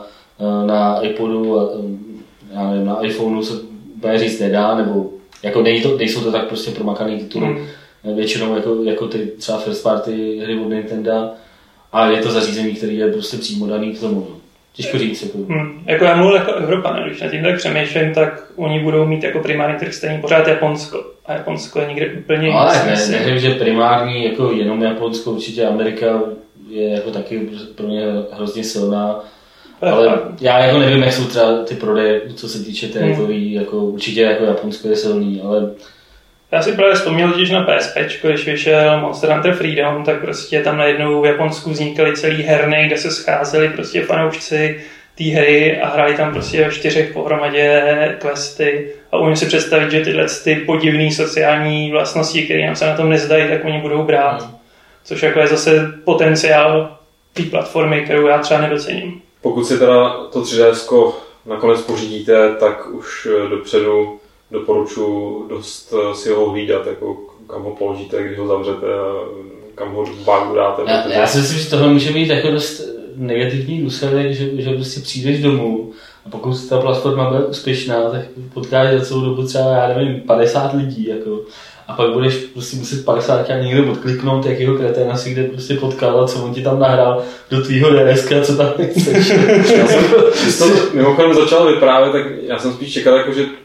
na iPodu a já nevím, na iPhoneu se úplně říct nedá, nebo jako nejsou, nejsou to tak prostě promakaný tituly, mm. většinou jako, jako ty třeba first party hry od Nintendo a je to zařízení, které je prostě přímo daný k tomu. Těžko říct. Jako, hmm. jako já mluvil jako Evropa, když na tím tak přemýšlím, tak oni budou mít jako primární trh stejný pořád Japonsko. A Japonsko je někde úplně jiný. Ale ne, neřím, že primární jako jenom Japonsko, určitě Amerika je jako taky pro mě hrozně silná. Ale já jako nevím, jak jsou třeba ty prodeje, co se týče teritorií, hmm. jako určitě jako Japonsko je silný, ale... Já si právě vzpomněl totiž na PSPčko, když vyšel Monster Hunter Freedom, tak prostě tam najednou v Japonsku vznikaly celý herny, kde se scházeli prostě fanoušci té hry a hráli tam prostě ve čtyřech pohromadě questy a umím si představit, že tyhle ty podivné sociální vlastnosti, které nám se na tom nezdají, tak oni budou brát. Hmm. Což jako je zase potenciál té platformy, kterou já třeba nedocením. Pokud si teda to tři D esko nakonec pořídíte, tak už dopředu doporučuji dost si ho hlídat, jako kam ho položíte, když ho zavřete a kam ho v bágu dáte. Já, protože... já si myslím, že tohle může být jako dost negativní důsledek, že, že prostě přijdeš domů a pokud ta platforma bude úspěšná, tak potkáš za celou dobu třeba, já nevím, padesát lidí, jako. A pak budeš prostě muset padesát a někde odkliknout, jakýho kreténa si kde prostě potkal a co on ti tam nahrál do tvýho DSka, co tam nechceš. Když to mimochodem začal vyprávět, tak já jsem spíš čekal, jako, že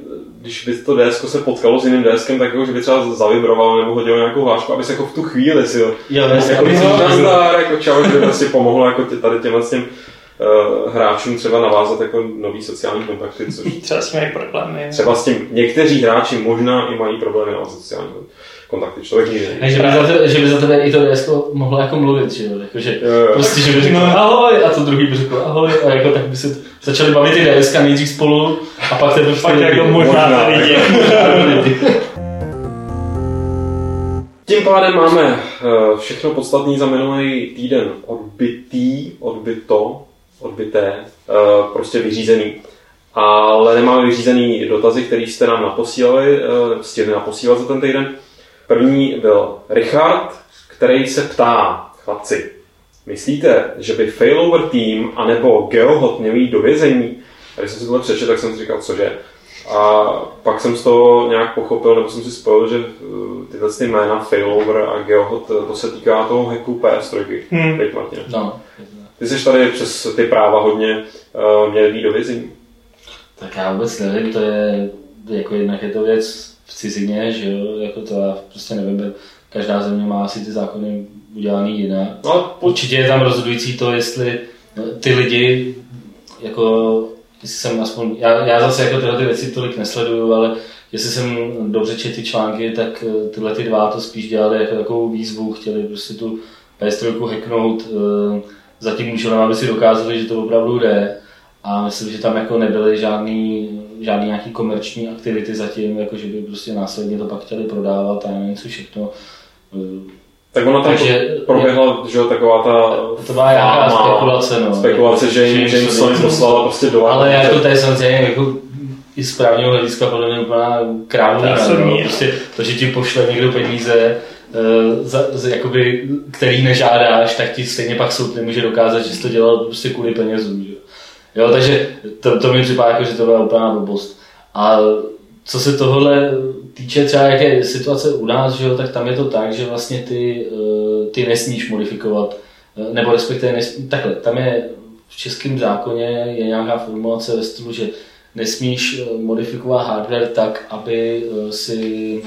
když by to D S ko se potkalo s jiným DSkem, tak jako, že by třeba zavibroval nebo hodil nějakou hlášku, aby se jako v tu chvíli si jo, jo jako nazdar, jako čau, že by vlastně pomohlo jako tě, tady těmhle s tím uh, hráčům třeba navázat jako nový sociální kontakty, což třeba s mají problémy. Třeba s tím někteří hráči možná i mají problémy na sociální kontakty, člověk nikdy ne. Že by za tebe, že by za tebe i to D S ko mohlo jako mluvit, že jo, jako, že jo, jo. Prostě, že by řekl ahoj a to druhý by řekl ahoj a jako tak by se začali bavit ty D S ka nejdřív spolu a pak teprve pak jako možná lidi. Tím pádem máme všechno podstatné za minulý týden odbytý, odbyto, odbyté, prostě vyřízený. Ale nemáme vyřízený dotazy, které jste nám naposílali, stihli naposílat za ten týden. První byl Richard, který se ptá, chlapci, myslíte, že by Failover Team anebo Geohot měli jít do vězení? A když jsem si tohle přečetl, tak jsem si říkal, cože? A pak jsem z toho nějak pochopil, nebo jsem si spojil, že tyhle ty jména Failover a Geohot, to se týká toho hacku P S tři. Hmm. Teď, Martina. No. Ty jsi tady přes ty práva hodně uh, měl jít do vězení. Tak já vůbec nevím, to je, jako jednak je to věc v cizině, že jo, jako to já prostě nevím, každá země má asi ty zákony udělaný jinak. No, určitě je tam rozhodující to, jestli ty lidi, jako, jestli jsem aspoň, já, já zase jako tyhle ty věci tolik nesleduju, ale jestli jsem dobře četl ty články, tak tyhle ty dva to spíš dělali jako takovou výzvu, chtěli prostě tu P S tři hacknout za tím účelem, aby si dokázali, že to opravdu jde. A myslím, že tam jako nebyly žádný, žádný nějaký komerční aktivity zatím, jako že by prostě následně to pak chtěli prodávat a nevím co všechno. Tak ona tam Takže, proběhla, že taková ta to byla nějaká spekulace, no. Spekulace, že jim James Sony poslala prostě do ale jako to je samozřejmě jako i z právního hlediska podle mě úplná královina, no. Prostě to, že ti pošle někdo peníze, za, za, jakoby, který nežádáš, tak ti stejně pak soud nemůže dokázat, že jsi to dělal prostě kvůli penězům, že? Jo, takže to, to mi připadá jako, že to byla úplná blbost. A co se tohle týče třeba jaké situace u nás, že jo, tak tam je to tak, že vlastně ty, ty nesmíš modifikovat, nebo respektive nesmí, takhle, tam je v českém zákoně je nějaká formulace ve stylu, že nesmíš modifikovat hardware tak, aby si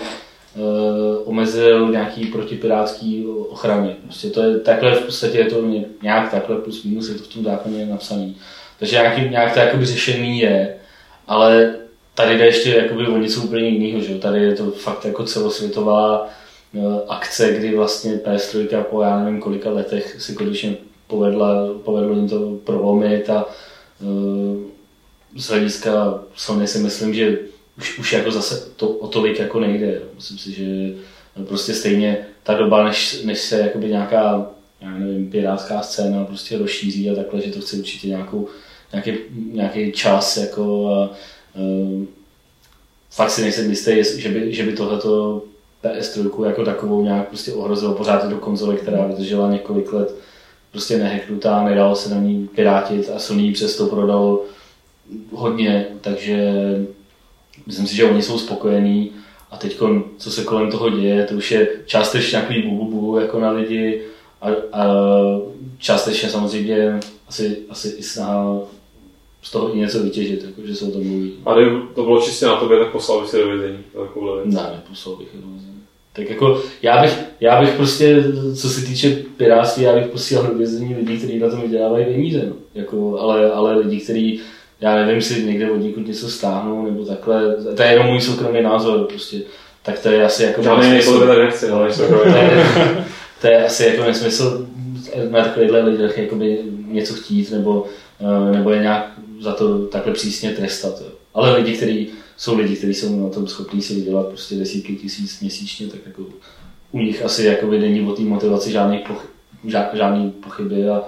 omezil nějaký protipirátský ochrany. Prostě to je takhle, v podstatě je to nějak takhle plus minus, je to v tom zákoně napsaný. Takže nějaký, nějak to jakoby řešený je, ale tady jde ještě jakoby o něco úplně jiného, že? Tady je to fakt jako celosvětová uh, akce, kdy vlastně P S tři po já nevím kolika letech si konečně povedla, povedlo jim to prolomit a uh, z hlediska Sony si myslím, že už, už jako zase to o tolik jako nejde. Myslím si, že prostě stejně ta doba, než, než se jakoby nějaká já nevím, pirátská scéna prostě rozšíří a takhle, že to chce určitě nějakou, nějaký, nějaký čas jako a uh, fakt si nejsem jistý, že by, že by tohleto P S tři jako takovou nějak prostě ohrozilo. Pořád je to konzole, která vydržela několik let prostě nehacknutá, nedalo se na ní pirátit a Sony přesto prodal hodně, takže myslím si, že oni jsou spokojení a teď, co se kolem toho děje, to už je částečně nějaký bubu jako na lidi, A, a částečně samozřejmě asi, asi i snaha z toho i něco vytěžit, jako, že se o tom mluví. A kdyby to bylo čistě na tobě, tak poslal bych si do vězení. Ne, neposlal bych je do vězení. Tak jako, já bych, já bych prostě, co se týče pirátství, já bych posílal do vězení lidí, kteří na tom vydělávají peníze. No. Jako, ale, ale lidi, kteří, já nevím, si někde od někud něco stáhnou, nebo takhle, to je jenom můj soukromý názor, prostě. Tak to je asi jako... Žádný nejsou tady nechci, ale soukromý názor. To je asi jako nesmysl na takovýchhle lidech jakoby něco chtít nebo, nebo je nějak za to takhle přísně trestat. Jo. Ale lidi, kteří jsou lidi, kteří jsou na tom schopní si vydělat prostě desítky tisíc měsíčně, tak jako u nich asi jakoby není o té motivaci žádný, pochy, žádný pochyby a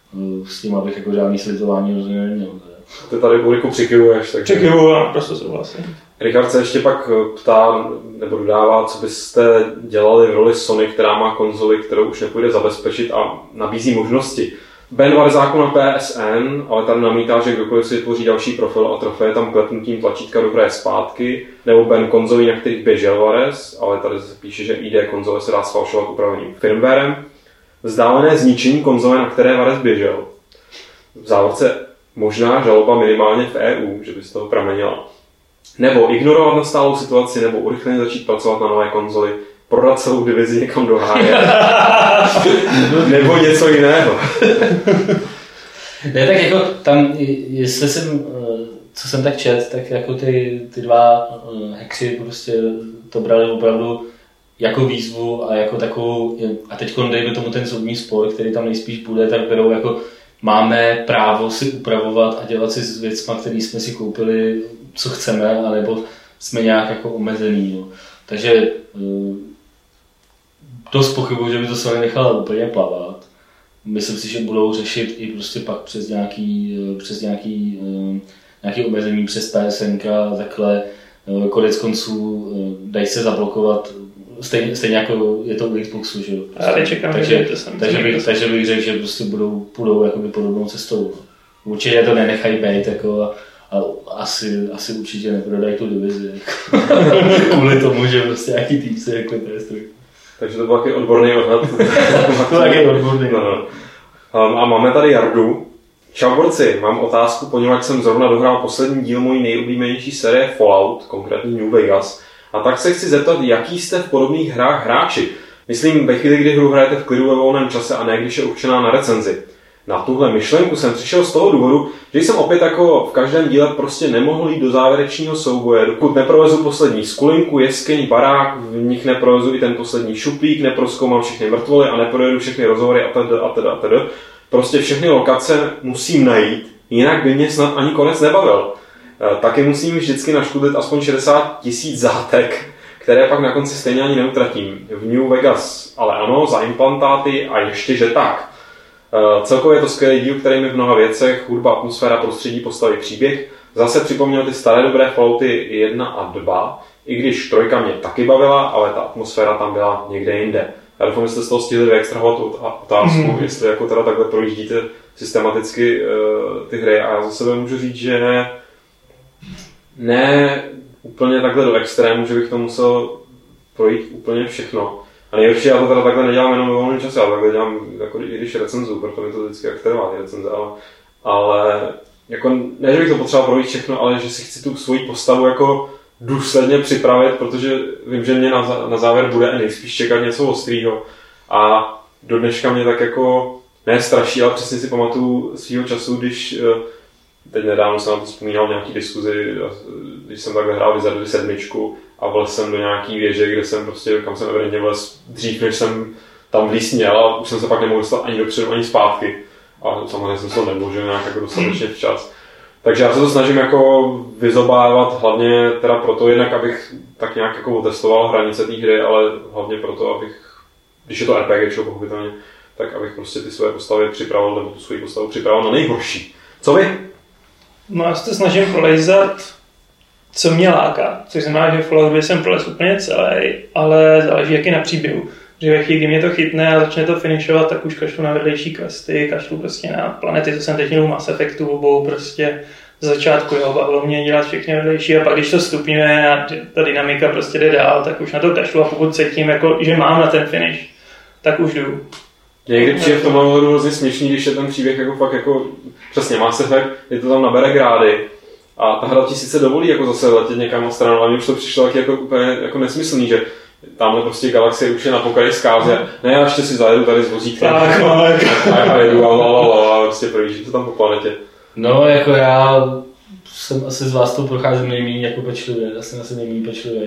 s tím abych jako žádný slitování rozhodně neměl. Ty tady Ulriku přikyvuješ. Tak přikyvuju a prostě souhlasím. Richard se ještě pak ptá, nebo dodává, co byste dělali v roli Sony, která má konzoli, kterou už nepůjde zabezpečit a nabízí možnosti. Ben Varzáku na P S N, ale tady namítá, že kdokoliv si vytvoří další profil a trofeje tam klepnutím tlačítka dohraje zpátky, nebo Ben konzolí, na kterých běžel Vares, ale tady se píše, že I D konzole se dá sfalšovat upraveným firmwarem. Vzdálené zničení konzole, na které Vares běžel. V závorce možná žaloba minimálně v E U, že by z toho pramenila. Nebo ignorovat nastálou situaci, nebo urychleně začít pracovat na nové konzoli, prodat celou divizi někam do háje, nebo něco jiného. Ne, tak jako tam, jestli jsem, co jsem tak čet, tak jako ty, ty dva hackři prostě to brali opravdu jako výzvu a jako takovou, a teď dejme tomu ten soudní spor, který tam nejspíš bude, tak berou jako máme právo si upravovat a dělat si s věcma, které jsme si koupili, co chceme, anebo jsme nějak jako omezený. Jo. Takže dost pochybuji, že by to Sony nechala úplně plavat. Myslím si, že budou řešit i prostě pak přes nějaký, přes nějaký, nějaký omezení přes P S N a takhle. Konec konců dají se zablokovat, stejně, stejně jako je to u Xboxu, že jo. Prostě. Takže, to jsem takže, bych, takže bych řekl, že prostě budou, budou jakoby podobnou cestou. Určitě to nenechají být jako a, a asi, asi určitě neprodají tu divizi. Jako, kvůli tomu, že prostě nějaký týpci jako P S tři. Takže to byl taky odborný odhad. To taky odborný. No, no. Um, a máme tady Jardu. Čau borci, mám otázku, poněvadž jsem zrovna dohrál poslední díl mojí nejoblíbenější série Fallout, konkrétně New Vegas. A tak se chci zeptat, jaký jste v podobných hrách hráči. Myslím, ve chvíli, kdy hru hrajete v klidu ve volném čase a ne když je určená na recenzi. Na tuhle myšlenku jsem přišel z toho důvodu, že jsem opět jako v každém díle prostě nemohl jít do závěrečného souboje, dokud neprovezu poslední skulinku, jeskyň, barák, v nich neprovezu i ten poslední šuplík, neprozkoumám všechny mrtvoly a neprojedu všechny rozhovory atd. atd. atd. Prostě všechny lokace musím najít, jinak by mě snad ani konec nebavil. Taky musím vždycky naškudlit aspoň šedesát tisíc zátek, které pak na konci stejně ani neutratím. V New Vegas, ale ano, za implantáty a ještě že tak. Celkově je to skvělý díl, který mi v mnoha věcech, hudba, atmosféra, prostředí, postavy, příběh, zase připomněl ty staré dobré Fallouty jedna a dva, i když trojka mě taky bavila, ale ta atmosféra tam byla někde jinde. Já doufám, že jste z toho stihli vyextrahovat tu otázku, mm. jestli jako teda takhle projíždíte systematicky uh, ty hry, a já za sebe můžu říct, že ne úplně takhle do extrému, že bych to musel projít úplně všechno. A nejlepší, já to teda takhle nedělám jenom ve volném čase, já takhle dělám, jako i když recenzu, proto mi to vždycky jak trvá ty recenze, ale, ale jako, ne, že bych to potřeboval projít všechno, ale že si chci tu svoji postavu jako důsledně připravit, protože vím, že mě na, na závěr bude nejspíš čekat něco ostrýho. A do dneška mě tak jako ne straší, ale přesně si pamatuju svýho času, když teď nedávno jsem na to vzpomínal v nějaký diskuzi, když jsem takhle hrál Wizardy sedmičku a vlez jsem do nějaký věže, kde jsem prostě, kam jsem evidentně vlez dřív, než jsem tam vlíz měl, a už jsem se pak nemohl dostat ani dopředu, ani zpátky. A samozřejmě jsem se to nemůžu nějak jako dostatečně včas. Takže já se to snažím jako vyzobávat, hlavně teda proto jednak, abych tak nějak jako otestoval hranice té hry, ale hlavně proto, abych, když je to RPGčko pochopitelně, tak abych prostě ty své postavy připravil, nebo tu svoji postavu připravil na nejhorší. Co vy? No já se to snažím prolejzat, co mě láká, což znamená, že Fallout dva jsem prolez úplně celý, ale záleží jaký na příběhu. Že ve chvíli, kdy mě to chytne a začne to finišovat, tak už kašlu na vedlejší questy, kašlu prostě na planety, co jsem teď měl u Mass Effectu obou, prostě z začátku, jo, bavilo mě dělat všechny vedlejší, a pak když to stupňuje a ta dynamika prostě jde dál, tak už na to kašlu, a pokud cítím, jako, že mám na ten finish, tak už jdu. Někdy přijde v tomhle ohledu hrozně směšný, když je ten příběh jako fakt jako, přesně Mass Effect, je to tam nabere grády a ta hra ti sice dovolí jako zase letět někam na stranu, ale mně už to přišlo taky jako úplně jako nesmyslný, že tamhle prostě galaxie už je na pokraji skázy. Ne, já ještě si zajedu tady s vozítkem. Tak, tak. A jedu a lalala, a prostě projíždím to tam po planetě. No, jako já jsem asi z vás to procházím nejméně jako pečlivě, asi asi nejméně pečlivě.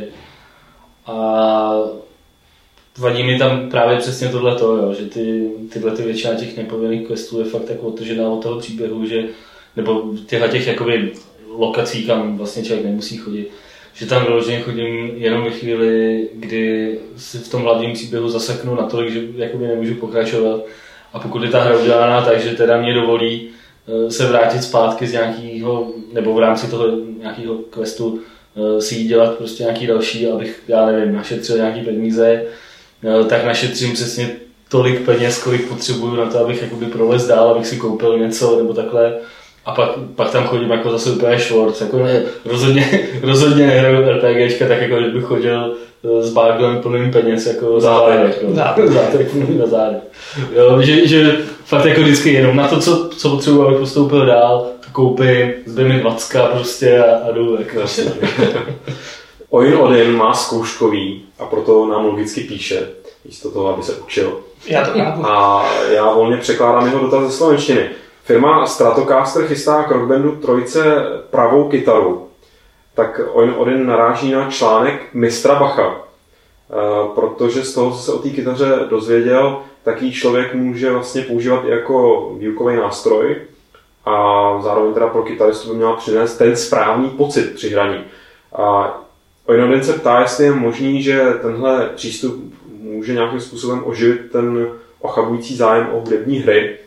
A vadí mi tam právě přesně tohleto, jo, že ty, tyhle ty většina těch nepovinných questů je fakt jako otržená od toho příběhu, že, nebo těchto těch jakoby lokací, kam vlastně člověk nemusí chodit. Že tam vyloženě chodím jenom ve chvíli, kdy si v tom hlavním příběhu zaseknu natolik, že jakoby nemůžu pokračovat. A pokud je ta hra udělaná tak, že teda mě dovolí se vrátit zpátky z nějakého, nebo v rámci toho nějakého questu si jít dělat prostě nějaký další, abych, já nevím, našetřil nějaký peníze, tak našetřím přesně tolik peněz, kolik potřebuju na to, abych jakoby prolez dál, abych si koupil něco nebo takhle. A pak, pak tam chodím jako zase úplně Schwartz, jako ne, rozhodně, rozhodně nehraju RPGčka, tak jako kdybych chodil s báglem plným peněz, jako zádek, jako, zádek plný na zádek. Jo, že, že fakt jako vždycky jenom na to, co, co potřebuji, abych postoupil dál, koupím, zbyl mi dvacka prostě a, a jdu. Jako. Oin Odin má zkouškový a proto nám logicky píše, místo toho, aby se učil. Já to chápu. A já volně překládám jeho dotaz ze slovenštiny. Firma Stratocaster chystá k Rockbandu trojce pravou kytaru. Tak Oin Odin naráží na článek mistra Bacha. E, protože z toho, co se o té kytaře dozvěděl, tak ji člověk může vlastně používat i jako výukový nástroj a zároveň teda pro kytaristu by měla přinést ten správný pocit při hraní. A Oin Odin se ptá, jestli je možný, že tenhle přístup může nějakým způsobem oživit ten ochabující zájem o hudební hry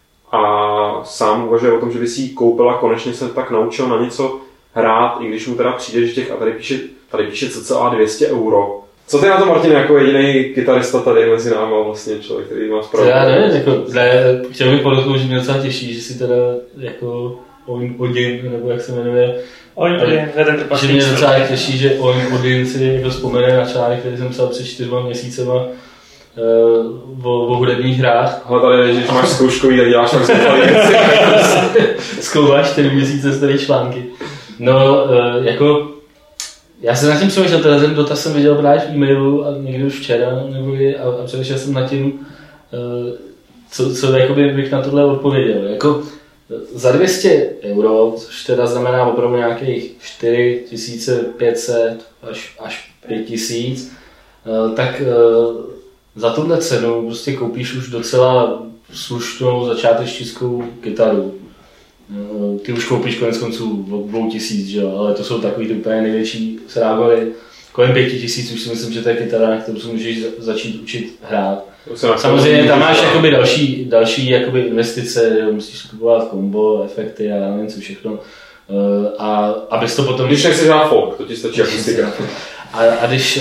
a sám uvažuje o tom, že by si ji koupil a konečně se tak naučil na něco hrát, i když mu teda přijde, že těch, a tady píše, tady píše cca dvě stě euro. Co ty na to, Martin, jako jediný kytarista tady mezi náma, vlastně člověk, který má zprávě? Já nevím, jako, ne, chtěl bych podotknout, že mě docela těší, že si teda jako Oin Odin, nebo jak se jmenuje, Oin Odin, jeden že mě docela těší, že Oin Odin si jako vzpomene na článek, který jsem psal před čtyřma měsícema, Uh, o, o hudebních hrách. Ale tady, když máš zkouškový, tak děláš tak zkouškový věci. Zkoumáš čtyři měsíce staré články. No, uh, jako, já jsem nad tím přemýšlel, teda ten dotaz jsem viděl právě v e-mailu a někdy už včera, nebo i, a, a přemýšlel jsem nad tím, uh, co, co jakoby bych na tohle odpověděl. Jako, za dvě stě euro, což teda znamená opravdu nějakých čtyři tisíce pět set až, až pět tisíc, uh, tak uh, za tuhle cenu prostě koupíš už docela slušnou začátečnickou kytaru. Ty už koupíš konec konců od dvou tisíc, že jo? Ale to jsou takový ty úplně největší srágory. Kolem pěti tisíc už si myslím, že to je kytara, na kterou se můžeš začít učit hrát. Samozřejmě tam máš jakoby další, další jakoby investice, že musíš kupovat kombo, efekty a nevím co všechno. A abys to potom... Když nechceš hrát folk, to ti stačí akustika. A, a když...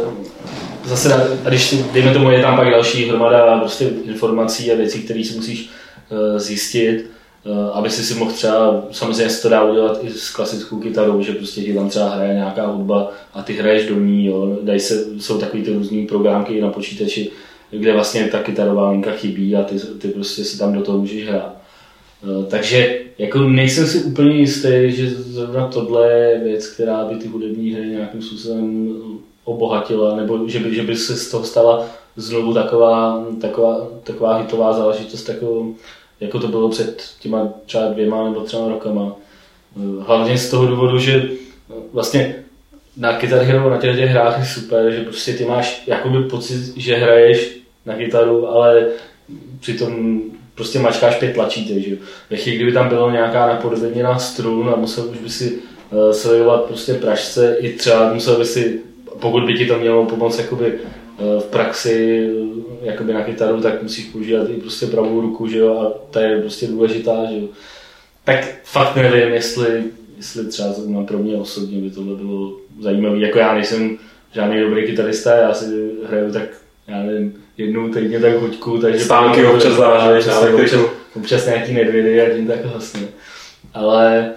Zase, a když dejme tomu, je tam pak další hromada prostě informací a věcí, které si musíš uh, zjistit, uh, aby si si mohl třeba, samozřejmě se to dá udělat i s klasickou kytarou, že prostě ti tam třeba hraje nějaká hudba a ty hraješ do ní, jo. Dají se, jsou takový ty různý programky na počítači, kde vlastně ta kytarová linka chybí a ty, ty prostě si tam do toho můžeš hrát. Uh, takže jako nejsem si úplně jistý, že zrovna tohle je věc, která by ty hudební hry nějakým způsobem obohatila, nebo že by, že by se z toho stala znovu taková, taková, taková hitová záležitost, jako, jako to bylo před těma třeba dvěma nebo třema rokama. Hlavně z toho důvodu, že vlastně na Guitar Hero, na těch hrách je super, že prostě ty máš jakoby pocit, že hraješ na kytaru, ale přitom prostě mačkáš pět tlačítek, že jo. Ve chvíli, kdyby tam bylo nějaká napodobeněná strun a musel už by si uh, sledovat prostě pražce, i třeba musel by si, pokud by ti to mělo pomoct jakoby uh, v praxi uh, jakoby na kytaru, tak musíš používat i prostě pravou ruku, že jo, a ta je prostě důležitá, že jo. Tak fakt nevím, jestli, jestli třeba pro mě osobně by tohle bylo zajímavé. Jako já nejsem žádný dobrý kytarista, já si hraju tak, já nevím, jednou týdně tak hoďku, takže... Stánky občas závážeš na elektriku. Občas nějaký nedvědy a tím tak vlastně. Ale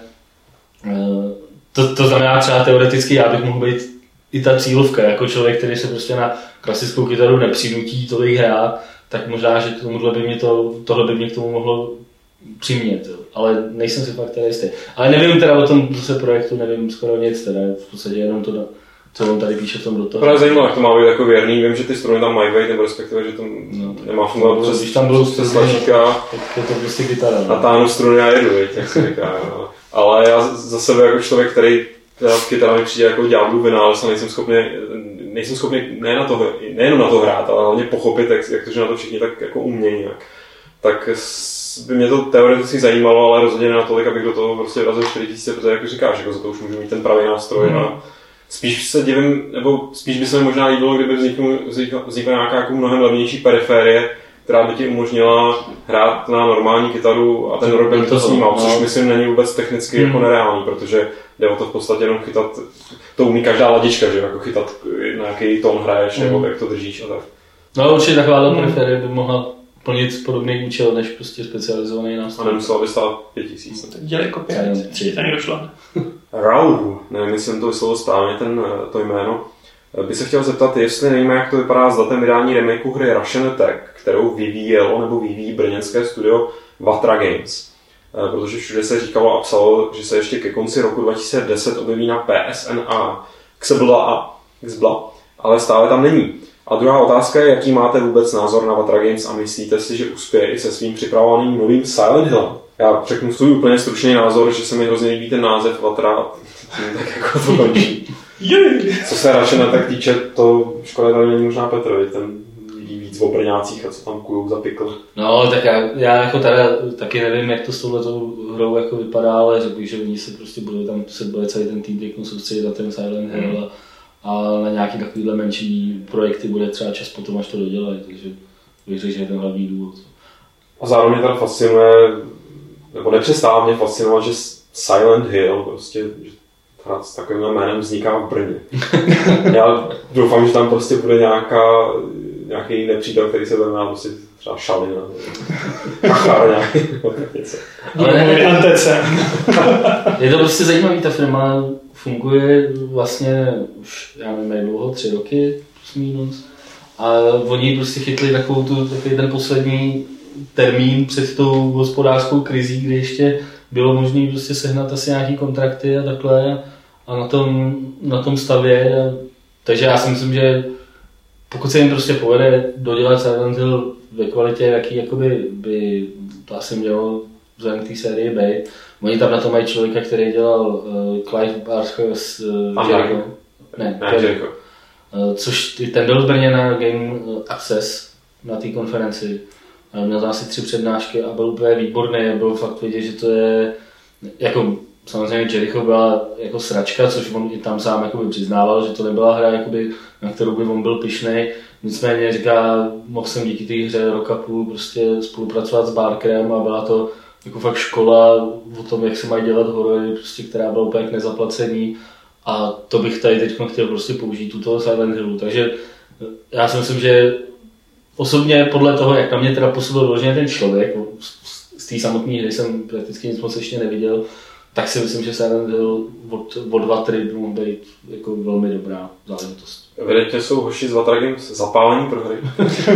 to, to znamená třeba teoreticky, já bych mohl být i ta cílovka, jako člověk, který se prostě na klasickou kytaru nepřinutí tolik hrát, tak možná, že tomuhle by mě to, tohle by mě k tomu mohlo přimět, jo. Ale nejsem si fakt teda jistý. Ale nevím teda o tom zase projektu, nevím skoro nic, teda v podstatě jenom to, co on tady píše v tom dotazu. Právě zajímavé, jak to má být jako věrný, vím, že ty struny tam mají být, nebo respektive, že to no, nemá fungovat přes, když tam budou přes tlačíka. Tak je to prostě kytara. Natáhnu struny a jedu, jak se říká. No. Ale já za sebe jako člověk, který v kytara mi přijde jako ďáblu vynález a nejsem schopný, nejsem schopný ne na to, nejenom na to hrát, ale hlavně pochopit, jak, jak to, že na to všichni tak jako umějí nějak. Tak by mě to teoreticky zajímalo, ale rozhodně ne natolik, abych do toho prostě vrazil čtyři tisíce, protože jak říkáš, jako za to už můžu mít ten pravý nástroj. Mm. A spíš se divím, nebo spíš by se mi možná líbilo, kdyby vznikla, vznikla nějaká jako mnohem levnější periférie, která by ti umožnila hrát na normální kytaru a ten rok by to snímal, což myslím není vůbec technicky mm. jako nereálný, protože jde o to v podstatě jenom chytat, to umí každá ladička, že jako chytat na jaký tón hraješ, mm. nebo jak to držíš a tak. No určitě taková mm. periférie by mohla plnit podobný účel, než prostě specializovaný nástroj. A nemuselo by stát pět tisíc. Tak dělej copyright, tři to někdo šlo. Raoul, nevím, jestli jsem to vyslovil správně, ten, to jméno, by se chtěl zeptat, jestli nevíme, jak to vypadá s datem vydání remakeu hry Russian Attack, kterou vyvíjelo nebo vyvíjí brněnské studio Vatra Games. Protože všude se říkalo a psalo, že se ještě ke konci roku dva tisíce deset objeví na P S N a Xbla a Xbla, ale stále tam není. A druhá otázka je, jaký máte vůbec názor na Vatra Games a myslíte si, že uspěje i se svým připravovaným novým Silent Hillem? Já řeknu svůj úplně stručný názor, že se mi hrozně líbí ten název Vatra, tak jako to končí. Co se Russian Attack týče, to škoda tady není možná Petr, ten vidí víc o Brňácích a co tam kujou za pikl. No, tak já, já jako teda taky nevím, jak to s touhletou hrou jako vypadá, ale řekl bych, že oni se prostě budou tam se bude celý ten tým děknout soustředit na ten Silent Hill a, a na nějaký takovýhle menší projekty bude třeba čas potom, až to dodělají, takže bych řekl, že je ten hlavní důvod. A zároveň teda fascinuje, nebo nepřestává mě fascinovat, že Silent Hill prostě, že hrad s takovým jménem vzniká v Brně. Já doufám, že tam prostě bude nějaká, nějaký nepřítel, který se jmenuje prostě třeba Šalina, Kachar nějaký, něco. Ale ne, Antece. Je to prostě zajímavý, ta firma funguje vlastně už, já nevím, jak dlouho, tři roky, plus minus. A oni prostě chytli takovou tu, takový ten poslední termín před tou hospodářskou krizí, kdy ještě bylo možné prostě sehnat asi nějaký kontrakty a takhle a na tom, na tom stavě. Takže já si myslím, že pokud se jim prostě povede dodělat Silent Hill ve kvalitě, jaký jakoby by to asi mělo vzhledem k té sérii být. Oni tam na to mají člověka, který dělal uh, Clive Barker s uh, Jericho. Ne, ne Jericho. Uh, což ten byl v Brně na Game Access na té konferenci. Měl tam asi tři přednášky a byl úplně výborný. Byl fakt vidět, že to je jako samozřejmě Jericho byla jako sračka, což on i tam sám jakoby přiznával, že to nebyla hra, jakoby, na kterou by on byl pyšnej. Nicméně říká, mohl jsem díky té hře rok a půl prostě spolupracovat s Barkerem a byla to jako fakt škola o tom, jak se mají dělat horory, prostě, která byla úplně k nezaplacení. A to bych tady teď chtěl prostě použít u toho Silent Hillu. Takže já si myslím, že osobně podle toho, jak na mě teda působil vloženě ten člověk, z té samotné hry jsem prakticky nic moc ještě neviděl, tak si myslím, že Silent Hill od, od Vatry by mohl být jako velmi dobrá záležitost. Evidentně jsou hoši z Vatra Games zapálení pro hry.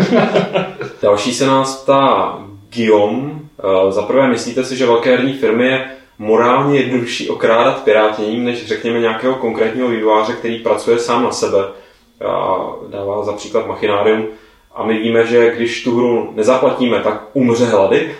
Další se nás ptá Guillaume. Za prvé, myslíte si, že velké herní firmy je morálně jednodušší okrádat pirátěním, než řekněme nějakého konkrétního vývojáře, který pracuje sám na sebe a dává za příklad Machinarium. A my víme, že když tu hru nezaplatíme, tak umře hlady.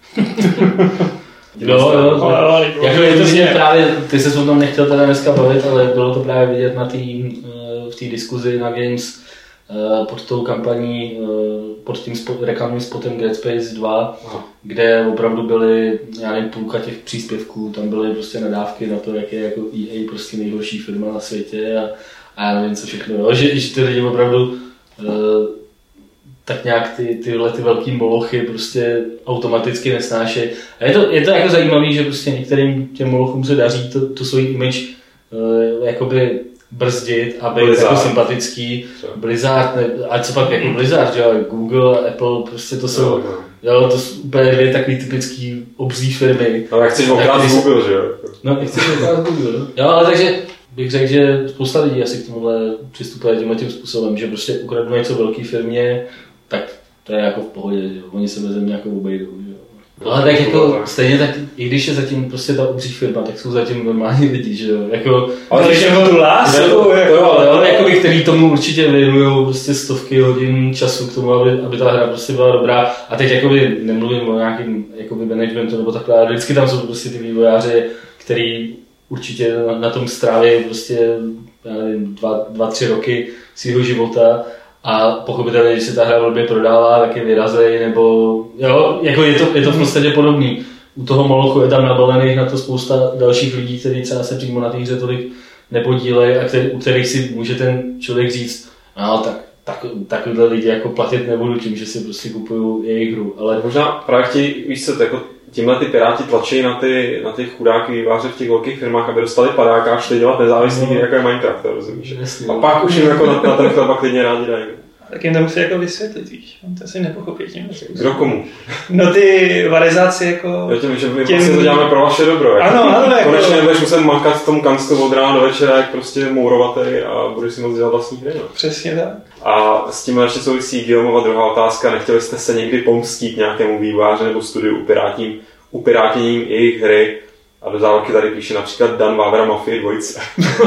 Jo, jo, jo. Jako je to vidět právě, ty se o tom nechtěl teda dneska bavit, ale bylo to právě vidět na tý, v té diskuzi na Games pod tou kampaní, pod tím spot, reklamním spotem Dead Space dva, aha, kde opravdu byly, já nevím, půlka těch příspěvků, tam byly prostě nadávky na to, jak je jako E A prostě nejhorší firma na světě a, a já nevím co všechno, jo, že, že ty lidi opravdu tak nějak ty, tyhle ty velký molochy prostě automaticky nesnášejí. A je to, je to jako zajímavé, že prostě některým těm molochům se daří to, to svůj image uh, jakoby brzdit a být jako sympatický. Blizzard, ne, a co pak jako Blizzard, že Google, Apple, prostě to jsou, no, no. Jo, to jsou úplně dvě takový typický obří firmy. No jak chceš okrát z Google, že jo? No jak chceš okrát z Google, no. Jo, ale takže bych řekl, že spousta lidí asi k tomuhle přistupuje tímhle tím způsobem, že prostě ukradnou něco velké firmě, tak to je jako v pohodě, že oni se mezi mě jako obejdou, že jo. No, ale tak jako stejně tak, i když je zatím prostě ta obří firma, tak jsou zatím normální lidi, že jo, jako... Ale když je tu lásku, jako, jako, ale jakoby, který tomu určitě věnujou prostě stovky hodin času k tomu, aby, aby ta hra prostě byla dobrá. A teď jakoby nemluvím o nějakým jakoby managementu nebo takhle, ale vždycky tam jsou prostě ty vývojáři, který určitě na, na tom stráví prostě, já nevím, dva, dva, tři roky svého života. A pochopitelně, když se ta hra velmi prodává, tak je vyrazej, nebo jo, jako je to, je to v podstatě podobný. U toho Molochu je tam nabalených na to spousta dalších lidí, kteří třeba se přímo na té hře tolik nepodílejí a který, u kterých si může ten člověk říct, no tak, tak takovýhle lidi jako platit nebudu tím, že si prostě kupuju jejich hru. Ale možná právě chtějí, víš co, jako tímhle ty piráti tlačí na ty, na ty chudáky výváře v těch velkých firmách, aby dostali padáka a šli dělat nezávislý hry, no, jako je Minecraft, rozumíš? Jasně, a pak už jim jako na, na ten chleba klidně rádi dají. Tak jim to musí jako vysvětlit, víš. To asi nepochopí tím. Kdo komu? No ty varizaci jako... Já tím, že my těm... vlastně to děláme pro vaše dobro. Jako. Ano, ano. Jako... Konečně nebudeš muset makat v tom kanclu od rána do večera, jak prostě mourovatý a budeš si moc dělat vlastní hry. No. Přesně tak. A s tím ještě souvisí Guillaumova druhá otázka. Nechtěli jste se někdy pomstít nějakému vývojáři nebo studiu upirátěním, upirátěním jejich hry? A do závorky tady píše například Dan Vávra Mafii dvojce.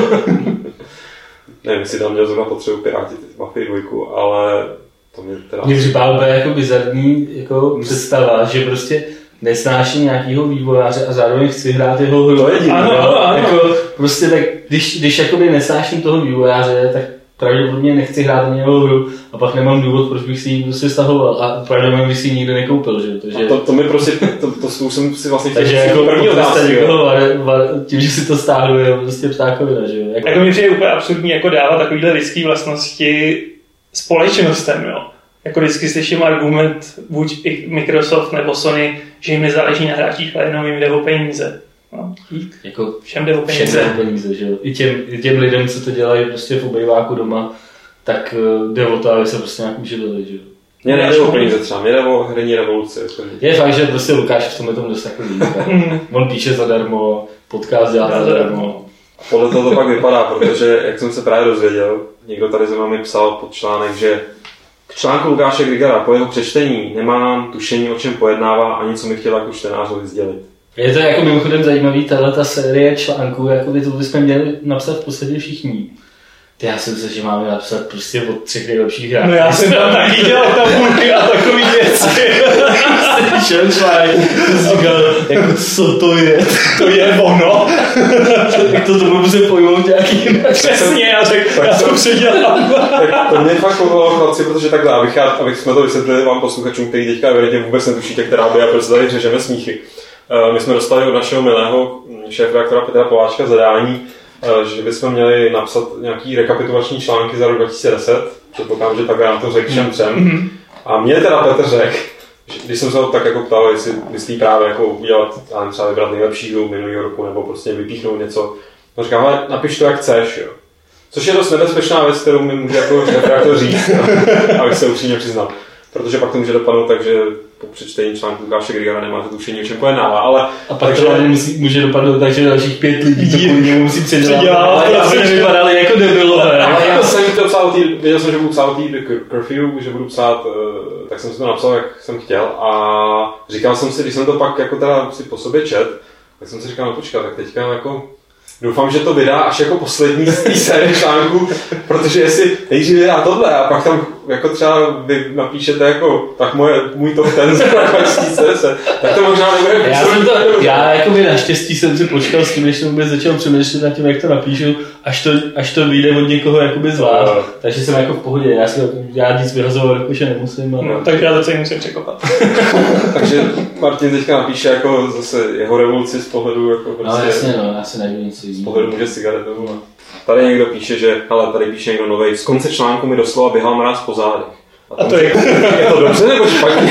Nevím, jestli tam měl zrovna potřebu pirátit Mafii dvojku, ale to mě teda... Mě připadá úplně jako bizarní jako představa, že prostě nesnáším nějakýho vývojáře a zároveň chci hrát jeho hru. To je divný, ano, ano. Jako, prostě tak, když, když jakoby nesnáším toho vývojáře, tak pravděpodobně nechci hrát na jeho hru a pak nemám důvod, proč bych si ji prostě stahoval a pravděpodobně bych si ji nikdy nekoupil, že? Takže... To, to mi prostě, to, to, to jsem si vlastně chtěl takže jako první otázky, tím, že si to stáhnu, je prostě ptákovina, že jo? Jako, jako mi přijde úplně absurdní jako dávat takovýhle lidský vlastnosti společnostem, jo? Jako vždycky slyším argument buď Microsoft nebo Sony, že jim nezáleží na hráčích, ale jenom jim jde o peníze. No, jako všem jde o peníze. Všem jde o peníze, že jo? I těm, i těm lidem, co to dělají prostě v obejváku doma, tak jde o to, aby se prostě nějak uživili, že jo? Mně nejde o peníze třeba, mě jde o herní revoluci. Je fakt, že prostě Lukáš v tomhle tomu dost takový. On píše zadarmo, podcast dělá zadarmo. Podle toho to pak vypadá, protože jak jsem se právě dozvěděl, někdo tady za námi psal pod článek, že k článku Lukáše Grigara po jeho přečtení nemám tušení, o čem pojednává, ani co mi chtěl jako čtenářovi sdělit. Je to jako mimochodem zajímavý, tato série článků, jako by to bychom měli napsat v podstatě všichni. Ty, já jsem se, že máme napsat prostě od třech nejlepších hrách. No já jsem tam taky dělal tabulky a takový věci. Šel článek, říkal, jako co to je? To je ono. Jak to tomu musím pojmout nějaký jinak. Přesně, já řekl, já to předělám. Tak to mě fakt povolalo chlapci, protože takhle, abych, já, abych jsme to vysvětlili vám posluchačům, který teďka evidentně vůbec netušíte, která by a proč tady řežeme smíchy. My jsme dostali od našeho milého šéfredaktora Petra Poláčka zadání, že bychom měli napsat nějaký rekapitulační články za rok dva tisíce deset. Předpokládám, že takhle nám to řekl všem třem. Mm-hmm. A mě teda Petr řekl, když jsem se ho tak jako ptal, jestli myslí právě jako udělat, já třeba vybrat nejlepší hru minulého roku, nebo prostě vypíchnout něco. On říká, ale napiš to jak chceš, jo. Což je dost nebezpečná věc, kterou mi může jako šéfredaktor říct, abych se upřímně přiznal. Protože pak to může dopadnout tak, že po přečtení článku Lukáše Grigara nemáte tušení, o čem pojednává, ale... A pak to musí, může dopadnout tak, že dalších pět lidí to kvůli němu musí předělat, ale aby nevypadali jako debilové. Ale já jsem to psal, tý, věděl jsem, že budu psát tý curfew, že budu psát, tak jsem si to napsal, jak jsem chtěl a říkal jsem si, když jsem to pak jako teda si po sobě čet, tak jsem si říkal, no počkat, tak teďka jako... Doufám, že to vydá až jako poslední z té série článku, protože jestli nejdřív vydá tohle a pak tam jako třeba vy napíšete jako tak moje, můj top ten z dva tisíce deset, tak to možná nebude. Já, jsem to, já jako by naštěstí jsem si počkal s tím, než jsem vůbec začal přemýšlet nad tím, jak to napíšu, až to, až to vyjde od někoho jakoby z vás, no. Takže jsem jako v pohodě, já, si, já nic vyhazovat jako, že nemusím. A... No, takže já to celý musím překopat. Takže Martin teďka napíše jako zase jeho revoluci z pohledu jako prostě... No jasně no, já si najdu něco jiného. Z pohledu může cigaretu. No. Tady někdo píše, že, hele, tady píše někdo novej, z konce článku mi doslova běhal mráz po zádech. A, a to je... je to dobře nebo špatně?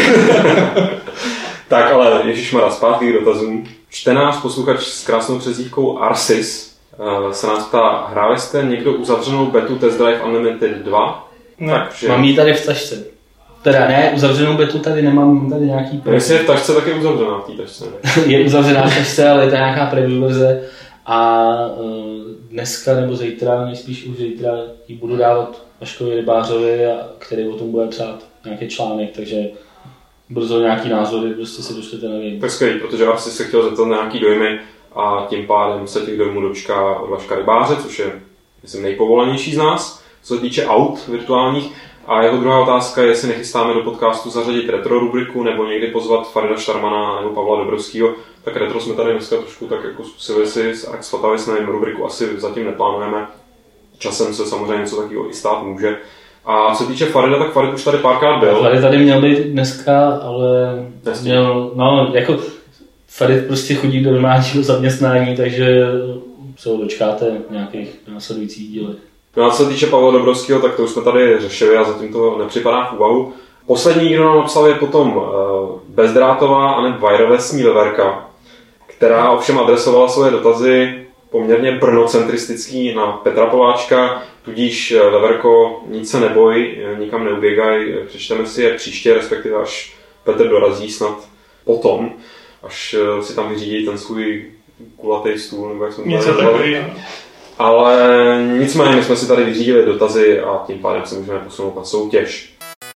Tak, ale ježišmarja, zpátky k dotazům. Čtenář, posluchač s krásnou přezdívkou Arsis se nás ptá, hráli jste někdo uzavřenou betu Test Drive Unlimited dva? Ne, takže... Mám ji tady v tašce. Teda ne, uzavřenou betu tady nemám, mám tady nějaký... Preview. Jestli je v tašce, tak je uzavřená v té tašce. Je uzavřená v tašce, ale je to nějaká preview verze. A dneska nebo zítra, nejspíš už zítra ji budu dávat Vaškovi Rybářovi, který o tom bude psát nějaký článek, takže brzo nějaký názory, prostě se došlete nevím. Tak skvělý, protože asi se chtěl zeptat na nějaký dojmy a tím pádem se těch dojmů dočká od Vaška Rybáře, což je, myslím, nejpovolanější z nás, co se týče aut virtuálních. A jeho druhá otázka je, jestli nechystáme do podcastu zařadit retro rubriku nebo někdy pozvat Farida Štarmana nebo Pavla Dobrovského. Tak retro jsme tady dneska trošku tak jako zkusili si s Alex Fatavis, nevím, rubriku asi zatím neplánujeme. Časem se samozřejmě něco takového i stát může. A co se týče Farida, tak Farid už tady párkrát byl. Farid tady měl být dneska, ale měl, no jako Farid prostě chodí do normálního zaměstnání, takže se ho dočkáte v nějakých následujících dílech. No a co se týče Pavla Dobrovského, tak to už jsme tady řešili a zatím to nepřipadá v úvahu. Poslední, kdo nám napsal, je potom uh, bezdrátová a ne wirelessní veverka, která ovšem adresovala svoje dotazy poměrně brnocentristický na Petra Poláčka, tudíž Veverko, nic se neboj, nikam neuběgaj, přečteme si je příště, respektive až Petr dorazí snad potom, až si tam vyřídí ten svůj kulatý stůl, nebo jak jsme to takový, ale nicméně my jsme si tady vyřídili dotazy a tím pádem se můžeme posunout na soutěž.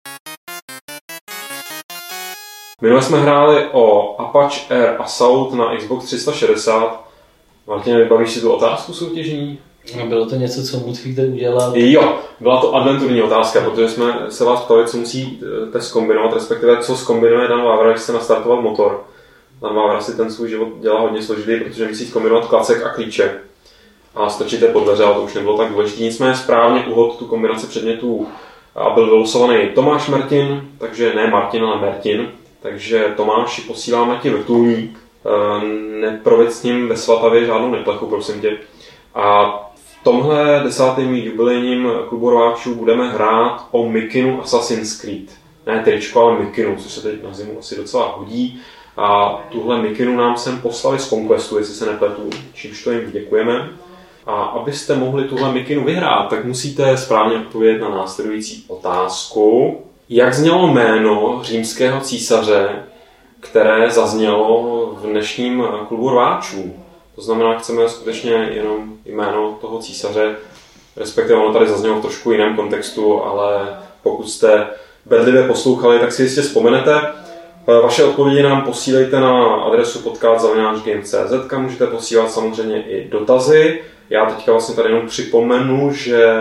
Minule jsme hráli o Apache Air Assault na Xbox tři sta šedesát. Martin, vybavíš si tu otázku soutěžní? Bylo to něco, co musíte udělat? Jo, byla to adventurní otázka, protože jsme se vás ptali, co musíte zkombinovat, respektive co zkombinuje Dan Vávra, když se nastartoval motor. Dan Vávra si ten svůj život dělá hodně složitý, protože musí zkombinovat klacek a klíče. A strčíte pod dveře, ale to už nebylo tak důležité. Nicméně správně uhod tu kombinaci předmětů a byl vylosovaný Tomáš Martin, takže ne Martin, ale Martin. Takže Tomáši, posíláme ti vrtulník. Neproveď s ním ve Svatavě žádnou neplechu, prosím tě. A v tomhle desátém jubilejním klubu rváčů budeme hrát o Mikinu Assassin's Creed. Ne tričko, ale Mikinu, což se teď na zimu asi docela hodí. A tuhle Mikinu nám sem poslali z Conquestu, jestli se nepletu, čímž to jim děkujeme. A abyste mohli tuhle Mikinu vyhrát, tak musíte správně odpovědět na následující otázku. Jak znělo jméno římského císaře, které zaznělo v dnešním klubu rváčů? To znamená, chceme skutečně jenom jméno toho císaře, respektive ono tady zaznělo v trošku jiném kontextu, ale pokud jste bedlivě poslouchali, tak si jistě vzpomenete. Vaše odpovědi nám posílejte na adresu podcast zavináč game tečka cé zet, kam můžete posílat samozřejmě i dotazy. Já teďka vlastně tady jenom připomenu, že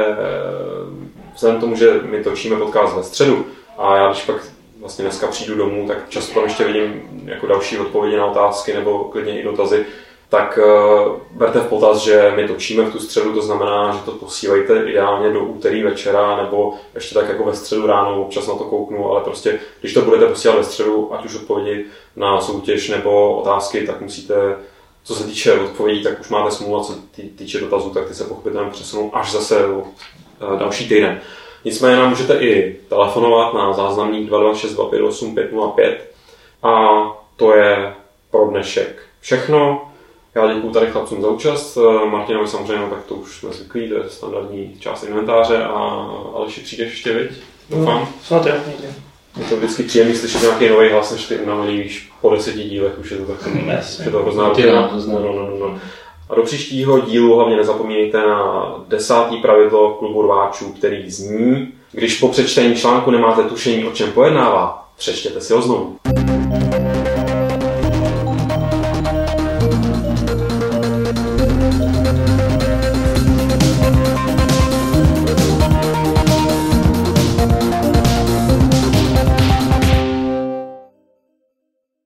vzhledem tomu, že my točíme podcast ve středu a já když pak vlastně dneska přijdu domů, tak často tam ještě vidím jako další odpovědi na otázky nebo klidně i dotazy, tak uh, berte v potaz, že my točíme v tu středu, to znamená, že to posílejte ideálně do úterý večera nebo ještě tak jako ve středu ráno, občas na to kouknu, ale prostě když to budete posílat ve středu, ať už odpovědi na soutěž nebo otázky, tak musíte, co se týče odpovědí, tak už máte smůlu, a co týče dotazů, tak ty se pochopitelně přesunou až zase uh, další týden. Nicméně nám můžete i telefonovat na záznamník dva dva šest dva pět osm pět nula pět a to je pro dnešek všechno. Já děkuju tady chlapcům za účast, Martinovi samozřejmě, tak to už jsme zvyklí, to je standardní část inventáře a Aleši, přijdeš ještě, viď? Doufám. No, snad jo, někde. Je to vždycky příjemný slyšet nějaký nový hlas, než ty unavený, víš, po deseti dílech už je to tak, je to hrozná rutina. No, no, no, no. A do příštího dílu hlavně nezapomínejte na desátý pravidlo klubu rváčů, který zní: když po přečtení článku nemáte tušení, o čem pojednává, přečtěte si ho znovu.